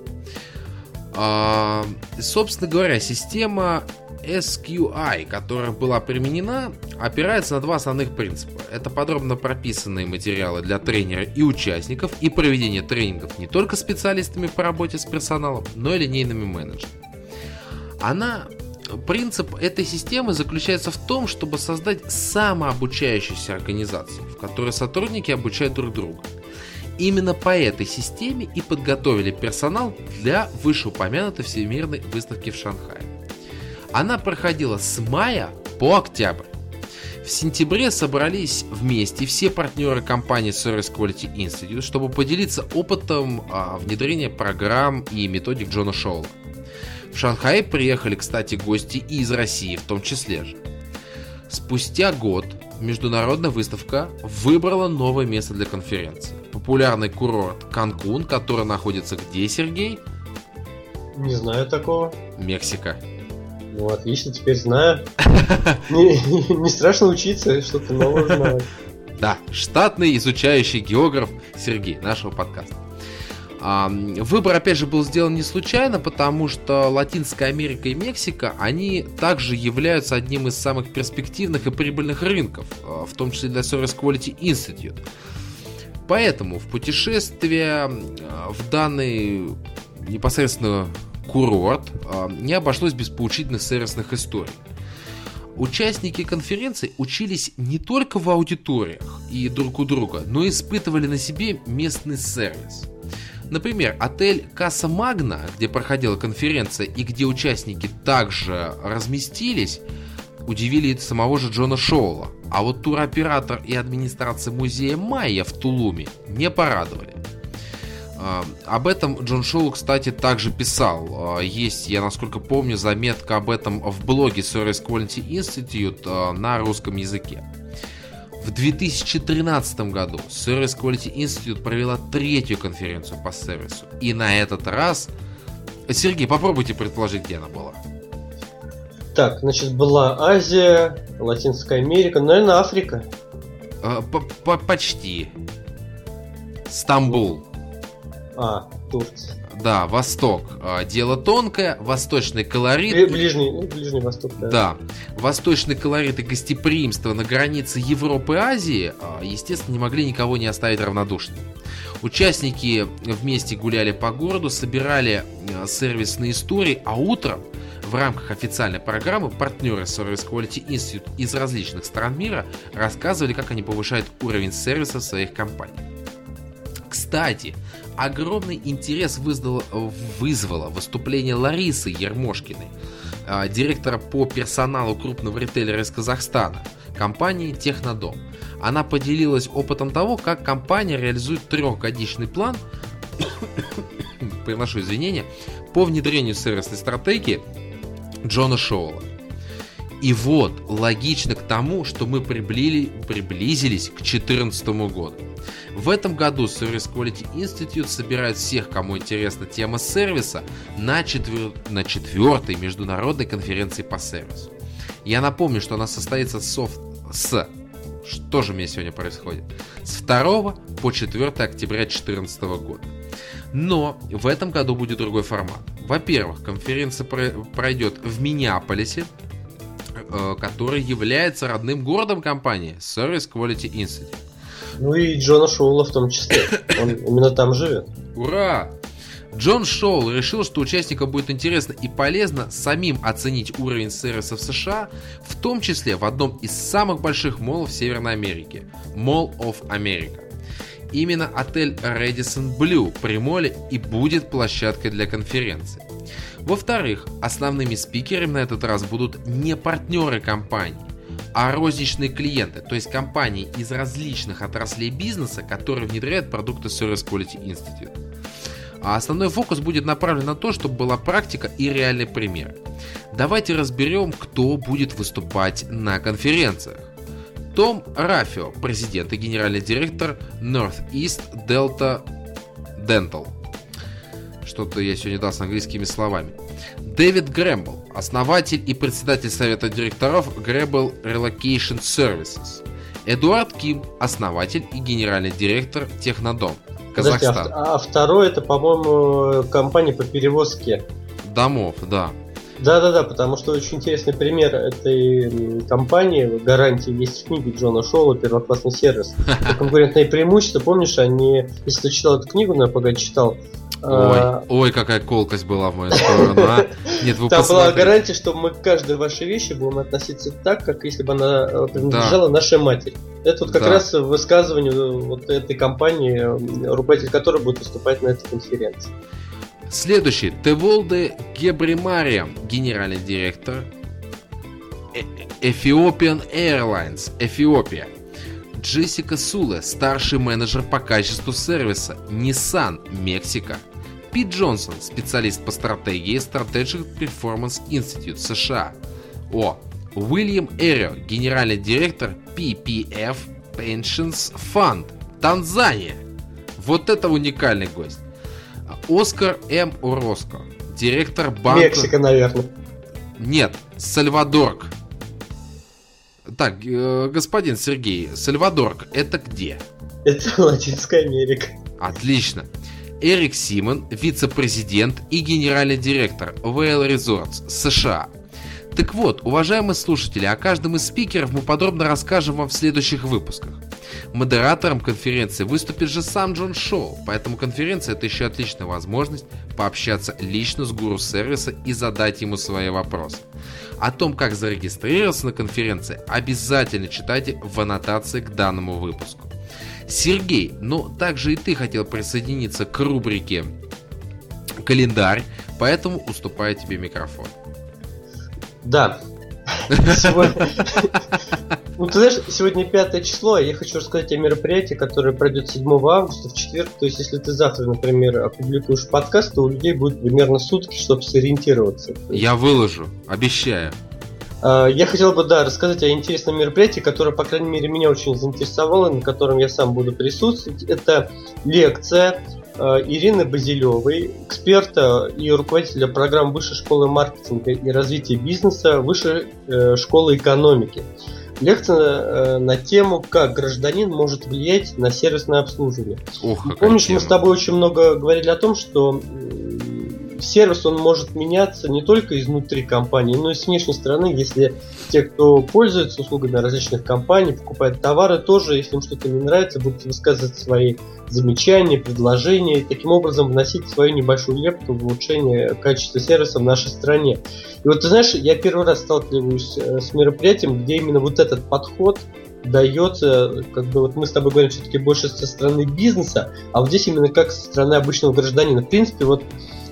B: А, собственно говоря, система эс кью ай, которая была применена, опирается на два основных принципа. Это подробно прописанные материалы для тренера и участников и проведение тренингов не только специалистами по работе с персоналом, но и линейными менеджерами. Она принцип этой системы заключается в том, чтобы создать самообучающуюся организацию, в которой сотрудники обучают друг друга. Именно по этой системе и подготовили персонал для вышеупомянутой всемирной выставки в Шанхае. Она проходила с мая по октябрь. В сентябре собрались вместе все партнеры компании Service Quality Institute, чтобы поделиться опытом а, внедрения программ и методик Джона Шоула. В Шанхай приехали, кстати, гости и из России в том числе же. Спустя год международная выставка выбрала новое место для конференции. Популярный курорт Канкун, который находится где, Сергей?
C: Не знаю такого.
B: Мексика.
C: Ну, отлично, теперь знаю. Не, не, не страшно учиться, что-то новое узнавать.
B: Да, штатный изучающий географ Сергей нашего подкаста. А, выбор, опять же, был сделан не случайно, потому что Латинская Америка и Мексика, они также являются одним из самых перспективных и прибыльных рынков, в том числе для Service Quality Institute. Поэтому в путешествие в данный непосредственно курорт не обошлось без поучительных сервисных историй. Участники конференции учились не только в аудиториях и друг у друга, но и испытывали на себе местный сервис. Например, отель Каса Магна, где проходила конференция и где участники также разместились, удивили самого же Джона Шоула. А вот туроператор и администрация музея Майя в Тулуме не порадовали. Об этом Джон Шоул, кстати, также писал. Есть, я насколько помню, заметка об этом в блоге Service Quality Institute на русском языке. В две тысячи тринадцатом году Service Quality Institute провела третью конференцию по сервису. И на этот раз... Сергей, попробуйте предположить, где она была.
C: Так, значит, была Азия, Латинская Америка, наверное, Африка.
B: Почти. Стамбул.
C: А, Турция.
B: Да, Восток. Дело тонкое, восточный колорит.
C: Ближний, Ближний Восток, да.
B: Да. Восточный колорит и гостеприимство на границе Европы и Азии, естественно, не могли никого не оставить равнодушным. Участники вместе гуляли по городу, собирали сервисные истории, а утром в рамках официальной программы партнеры Service Quality Institute из различных стран мира рассказывали, как они повышают уровень сервиса в своих компаниях. Кстати, огромный интерес вызвало, вызвало выступление Ларисы Ермошкиной, директора по персоналу крупного ритейлера из Казахстана, компании Технодом. Она поделилась опытом того, как компания реализует трехгодичный план приношу извинения, по внедрению сервисной стратегии Джона Шоула. И вот, логично к тому, что мы приблили, приблизились к две тысячи четырнадцатому году. В этом году Service Quality Institute собирает всех, кому интересна тема сервиса, на, четвер... на четвертой международной конференции по сервису. Я напомню, что она состоится софт... с... Что же у меня сегодня происходит? С второго по четвёртое октября две тысячи четырнадцатого года. Но в этом году будет другой формат. Во-первых, конференция пройдет в Миннеаполисе, который является родным городом компании Service Quality Institute.
C: Ну и Джона Шоула в том числе. Он именно там живет.
B: Ура! Джон Шоул решил, что участникам будет интересно и полезно самим оценить уровень сервиса в США, в том числе в одном из самых больших моллов Северной Америки – Mall of America. Именно отель Radisson Blu при молле и будет площадкой для конференции. Во-вторых, основными спикерами на этот раз будут не партнеры компании, а розничные клиенты, то есть компании из различных отраслей бизнеса, которые внедряют продукты Service Quality Institute. А основной фокус будет направлен на то, чтобы была практика и реальный пример. Давайте разберем, кто будет выступать на конференциях. Том Раффио, президент и генеральный директор Northeast Delta Dental. Что-то я сегодня дал с английскими словами. Дэвид Грэмбл, основатель и председатель совета директоров Грэмбл Relocation Services. Эдуард Ким, основатель и генеральный директор Технодом, Казахстан.
C: Подожди, а, а второй это, по-моему, компания по перевозке
B: домов, да.
C: Да-да-да, потому что очень интересный пример этой компании, гарантии, есть в книге Джона Шоула «Первоклассный сервис». Конкурентные преимущества, помнишь, они, если ты читал эту книгу, наверное, погоди, читал,
B: Ой, ой, какая колкость была в мою сторону, а? Нет, вы
C: Там была
B: посмотрите.
C: гарантия, что мы к каждой вашей вещи будем относиться так, как если бы она принадлежала да. нашей матери. Это вот как да. раз высказывание вот этой компании, руководитель которой будет выступать на этой конференции.
B: Следующий. Теволде Гебремариам, генеральный директор Ethiopian Airlines, Эфиопия. Джессика Суле, старший менеджер по качеству сервиса Nissan, Мексика. Пит Джонсон, специалист по стратегии Strategic Performance Institute, США. О. Уильям Эрио, генеральный директор пи пи эф Pensions Fund, Танзания. Вот это уникальный гость. Оскар М. Ороско, директор банка...
C: Мексика, наверное.
B: Нет, Сальвадорг. Так, э, господин Сергей, Сальвадорг это где?
C: Это Латинская Америка.
B: Отлично. Эрик Симон, вице-президент и генеральный директор Vail Resorts, США. Так вот, уважаемые слушатели, о каждом из спикеров мы подробно расскажем вам в следующих выпусках. Модератором конференции выступит же сам Джон Шоу, поэтому конференция — это еще отличная возможность пообщаться лично с гуру сервиса и задать ему свои вопросы. О том, как зарегистрироваться на конференции, обязательно читайте в аннотации к данному выпуску. Сергей, ну также и ты хотел присоединиться к рубрике «Календарь», поэтому уступаю тебе микрофон.
C: Да. Сегодня... Ну, ты знаешь, сегодня пятое число, и я хочу рассказать о мероприятии, которое пройдет седьмого августа в четверг. То есть, если ты завтра, например, опубликуешь подкаст, то у людей будет примерно сутки, чтобы сориентироваться.
B: Я выложу, обещаю.
C: Я хотел бы, да, рассказать о интересном мероприятии, которое, по крайней мере, меня очень заинтересовало, на котором я сам буду присутствовать. Это лекция Ирины Базилевой, эксперта и руководителя программ Высшей школы маркетинга и развития бизнеса Высшей школы экономики. Лекция на тему, как гражданин может влиять на сервисное обслуживание.
B: Ох,
C: Помнишь,
B: тема.
C: Мы с тобой очень много говорили о том, что сервис он может меняться не только изнутри компании, но и с внешней стороны, если те, кто пользуется услугами различных компаний, покупает товары, тоже, если им что-то не нравится, будут высказывать свои замечания, предложения и таким образом вносить свою небольшую лепту в улучшение качества сервиса в нашей стране. И вот ты знаешь, я первый раз сталкиваюсь с мероприятием, где именно вот этот подход дается, как бы вот мы с тобой говорим все-таки больше со стороны бизнеса, а вот здесь именно как со стороны обычного гражданина. В принципе, вот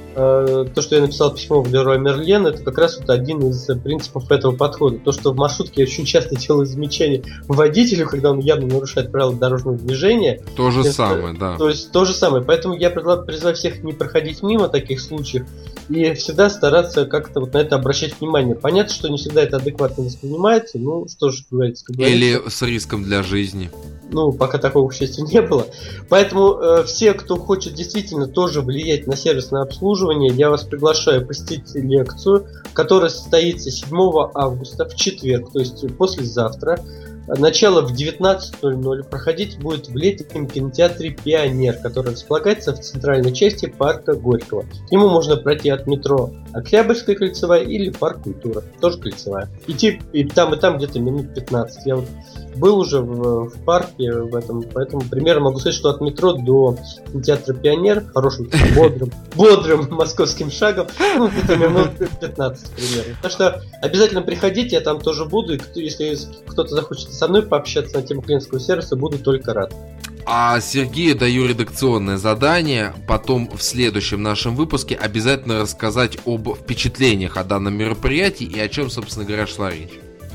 C: то, что я написал письмо в Леруа Мерлен, это как раз вот один из принципов этого подхода. То, что в маршрутке я очень часто делаю замечания водителю, когда он явно нарушает правила дорожного движения.
B: То же
C: это,
B: самое, да.
C: То есть то же самое. Поэтому я призываю всех не проходить мимо таких случаев и всегда стараться как-то вот на это обращать внимание. Понятно, что не всегда это адекватно воспринимается, ну что же говорится. Как
B: Или с риском для жизни.
C: Ну, пока такого, к счастью, не было. Поэтому э, все, кто хочет действительно тоже влиять на сервисное обслуживание, я вас приглашаю посетить лекцию, которая состоится седьмого августа в четверг, то есть послезавтра. Начало в девятнадцать ноль ноль. Проходить будет в летнем кинотеатре «Пионер», который располагается в центральной части парка Горького. К нему можно пройти от метро Октябрьская кольцевая или парк Культура, тоже кольцевая. Идти и там, и там где-то минут пятнадцать. Я вот был уже в, в парке в этом, поэтому примерно могу сказать, что от метро до кинотеатра «Пионер» хорошим, бодрым, бодрым московским шагом, ну, где-то минут пятнадцать примерно. Так что обязательно приходите, я там тоже буду, и если кто-то захочет со мной пообщаться на тему клиентского сервиса, буду только рад.
B: А Сергею даю редакционное задание потом в следующем нашем выпуске обязательно рассказать об впечатлениях о данном мероприятии и о чем, собственно говоря, шла речь.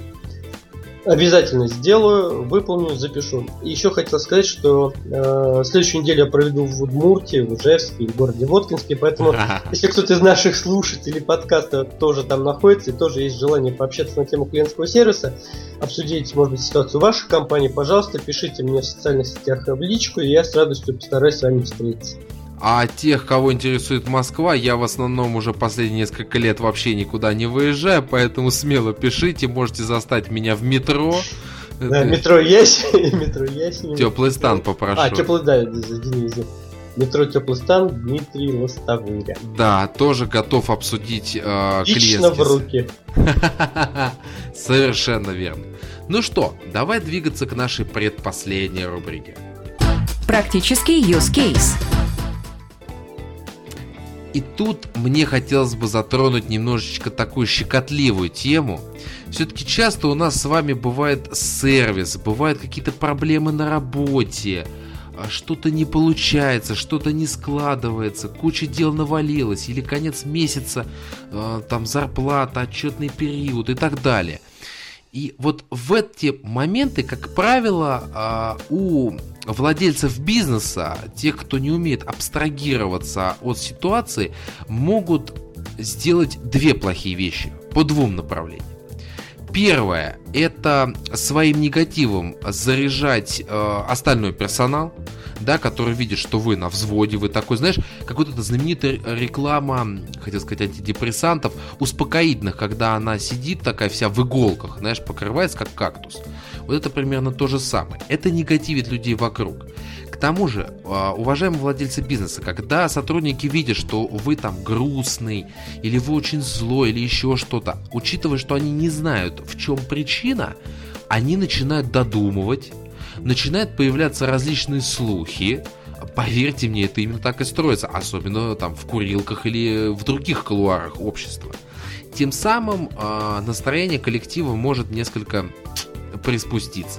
C: Обязательно сделаю, выполню, запишу. И еще хотел сказать, что э, следующую неделю я проведу в Удмуртии, в Ижевске и в городе Воткинске, поэтому если кто-то из наших слушателей подкаста тоже там находится и тоже есть желание пообщаться на тему клиентского сервиса, обсудить, может быть, ситуацию в вашей компании, пожалуйста, пишите мне в социальных сетях в личку, и я с радостью постараюсь с вами встретиться.
B: А тех, кого интересует Москва, я в основном уже последние несколько лет вообще никуда не выезжаю, поэтому смело пишите, можете застать меня в метро.
C: Да, метро Ясень, метро Ясень.
B: Теплый стан попрошу.
C: А, теплый, да, извини, извини. Метро Теплый стан, Дмитрий Лостовыря.
B: Да, тоже готов обсудить э,
C: лично
B: клиентский...
C: в руки.
B: Совершенно верно. Ну что, давай двигаться к нашей предпоследней рубрике.
A: Практический use case.
B: И тут мне хотелось бы затронуть немножечко такую щекотливую тему. Все-таки часто у нас с вами бывает сервис, бывают какие-то проблемы на работе, что-то не получается, что-то не складывается, куча дел навалилась, или конец месяца, там зарплата, отчетный период и так далее. И вот в эти моменты, как правило, у владельцев бизнеса, тех, кто не умеет абстрагироваться от ситуации, могут сделать две плохие вещи по двум направлениям. Первое – это своим негативом заряжать э, остальной персонал, да, который видит, что вы на взводе, вы такой, знаешь, как вот эта знаменитая реклама, хотел сказать, антидепрессантов, успокоительных, когда она сидит такая вся в иголках, знаешь, покрывается как кактус. Вот это примерно то же самое. Это негативит людей вокруг. К тому же, уважаемые владельцы бизнеса, когда сотрудники видят, что вы там грустный, или вы очень злой, или еще что-то, учитывая, что они не знают, в чем причина, они начинают додумывать, начинают появляться различные слухи. Поверьте мне, это именно так и строится, особенно там в курилках или в других кулуарах общества. Тем самым э, настроение коллектива может несколько приспуститься.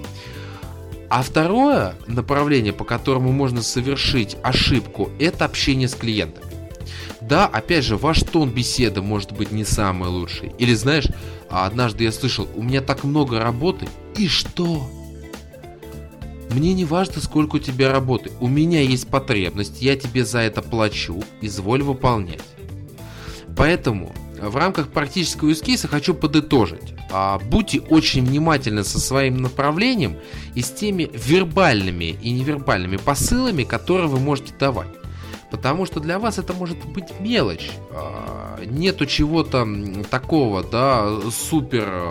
B: А второе направление, по которому можно совершить ошибку, это общение с клиентами. Да, опять же, ваш тон беседы может быть не самый лучший. Или знаешь, однажды я слышал: у меня так много работы, и что? Мне не важно, сколько у тебя работы. У меня есть потребность, я тебе за это плачу, изволь выполнять. Поэтому в рамках практического юзкейса хочу подытожить. Будьте очень внимательны со своим направлением и с теми вербальными и невербальными посылами, которые вы можете давать. Потому что для вас это может быть мелочь. Нету чего-то такого, да, супер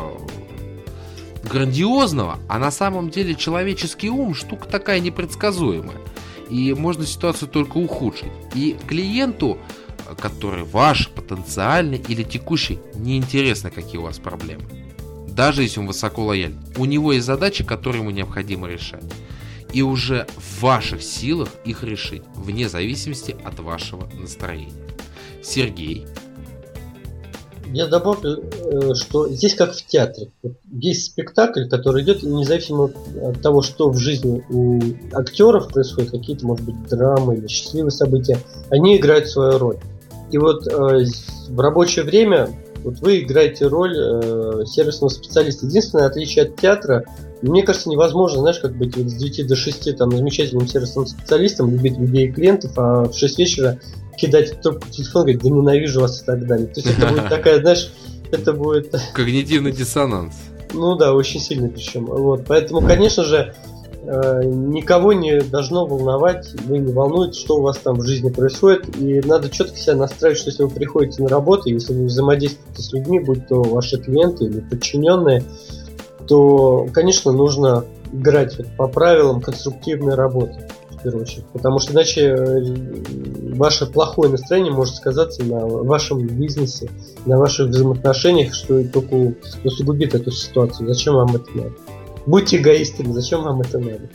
B: грандиозного, а на самом деле человеческий ум штука такая непредсказуемая. И можно ситуацию только ухудшить. И клиенту, который ваш, потенциальный или текущий, неинтересно, какие у вас проблемы. Даже если он высоко лояльный. У него есть задачи, которые ему необходимо решать. И уже в ваших силах их решить, вне зависимости от вашего настроения. Сергей.
C: Я добавлю, что здесь как в театре. Есть спектакль, который идет, независимо от того, что в жизни у актеров происходит, какие-то, может быть, драмы или счастливые события, они играют свою роль. И вот э, в рабочее время вот вы играете роль э, сервисного специалиста. Единственное отличие от театра, мне кажется, невозможно, знаешь, как быть вот с девяти до шести там замечательным сервисным специалистом, любить людей и клиентов, а в шесть вечера кидать трубку телефона, говорить: да ненавижу вас и так далее. То есть это будет такая, знаешь, это будет...
B: Когнитивный диссонанс.
C: Ну да, очень сильный причем. Вот. Поэтому, конечно же, никого не должно волновать, вы не волнует, что у вас там в жизни происходит. И надо четко себя настраивать, что если вы приходите на работу, если вы взаимодействуете с людьми, будь то ваши клиенты или подчиненные, то, конечно, нужно играть по правилам конструктивной работы. Потому что иначе ваше плохое настроение может сказаться на вашем бизнесе, на ваших взаимоотношениях, что только усугубит эту ситуацию. Зачем вам это надо? Будьте эгоистами, зачем вам это надо?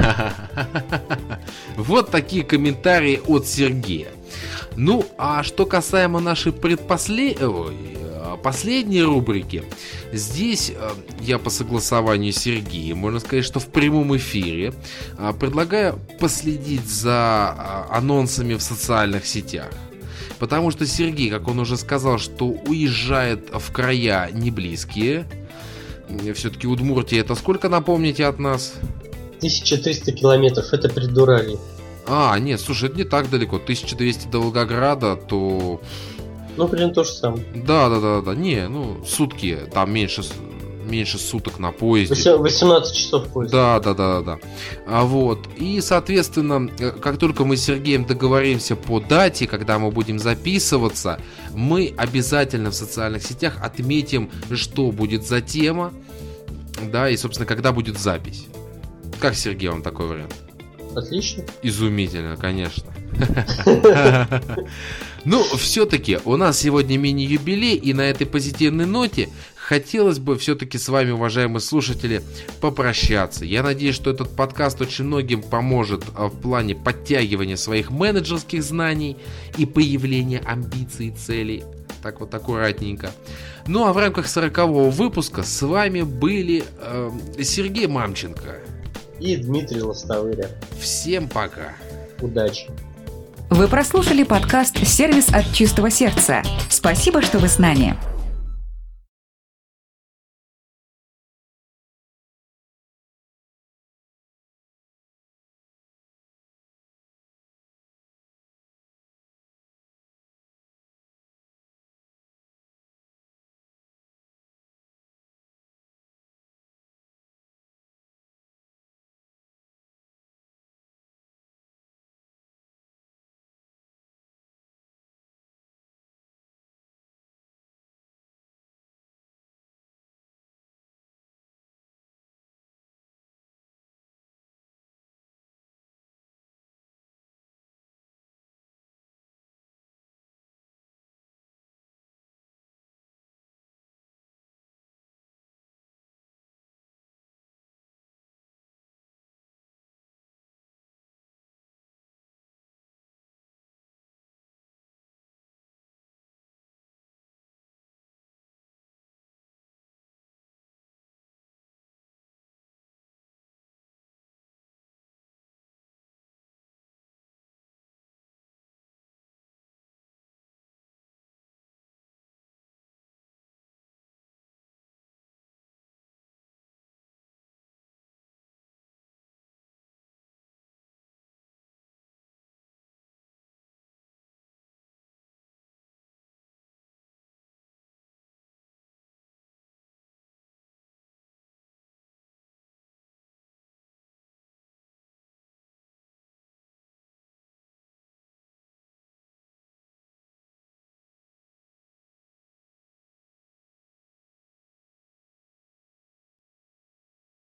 B: Вот такие комментарии от Сергея. Ну, а что касаемо нашей предпоследней последней рубрики, здесь я по согласованию Сергея, можно сказать, что в прямом эфире предлагаю последить за анонсами в социальных сетях. Потому что Сергей, как он уже сказал, что уезжает в края не близкие. Все-таки Удмуртия — это сколько, напомните, от нас?
C: тысяча триста километров, это Предуралье.
B: А, нет, слушай, это не так далеко. тысяча двести до Волгограда, то...
C: Ну, примерно то же самое.
B: Да, да, да, да. Не, ну, сутки, там меньше, меньше суток на поезде.
C: восемнадцать часов поезда.
B: Да, да, да, да. А вот. И, соответственно, как только мы с Сергеем договоримся по дате, когда мы будем записываться, мы обязательно в социальных сетях отметим, что будет за тема, да, и, собственно, когда будет запись. Как, Сергей, вам такой вариант?
C: Отлично.
B: Изумительно, конечно. Ну, все-таки у нас сегодня мини-юбилей, и на этой позитивной ноте хотелось бы все-таки с вами, уважаемые слушатели, попрощаться. Я надеюсь, что этот подкаст очень многим поможет в плане подтягивания своих менеджерских знаний и появления амбиций и целей. Так вот аккуратненько. Ну а в рамках сорокового выпуска с вами были э, Сергей Мамченко
C: и Дмитрий Лостовыря.
B: Всем пока.
C: Удачи.
A: Вы прослушали подкаст «Сервис от чистого сердца». Спасибо, что вы с нами.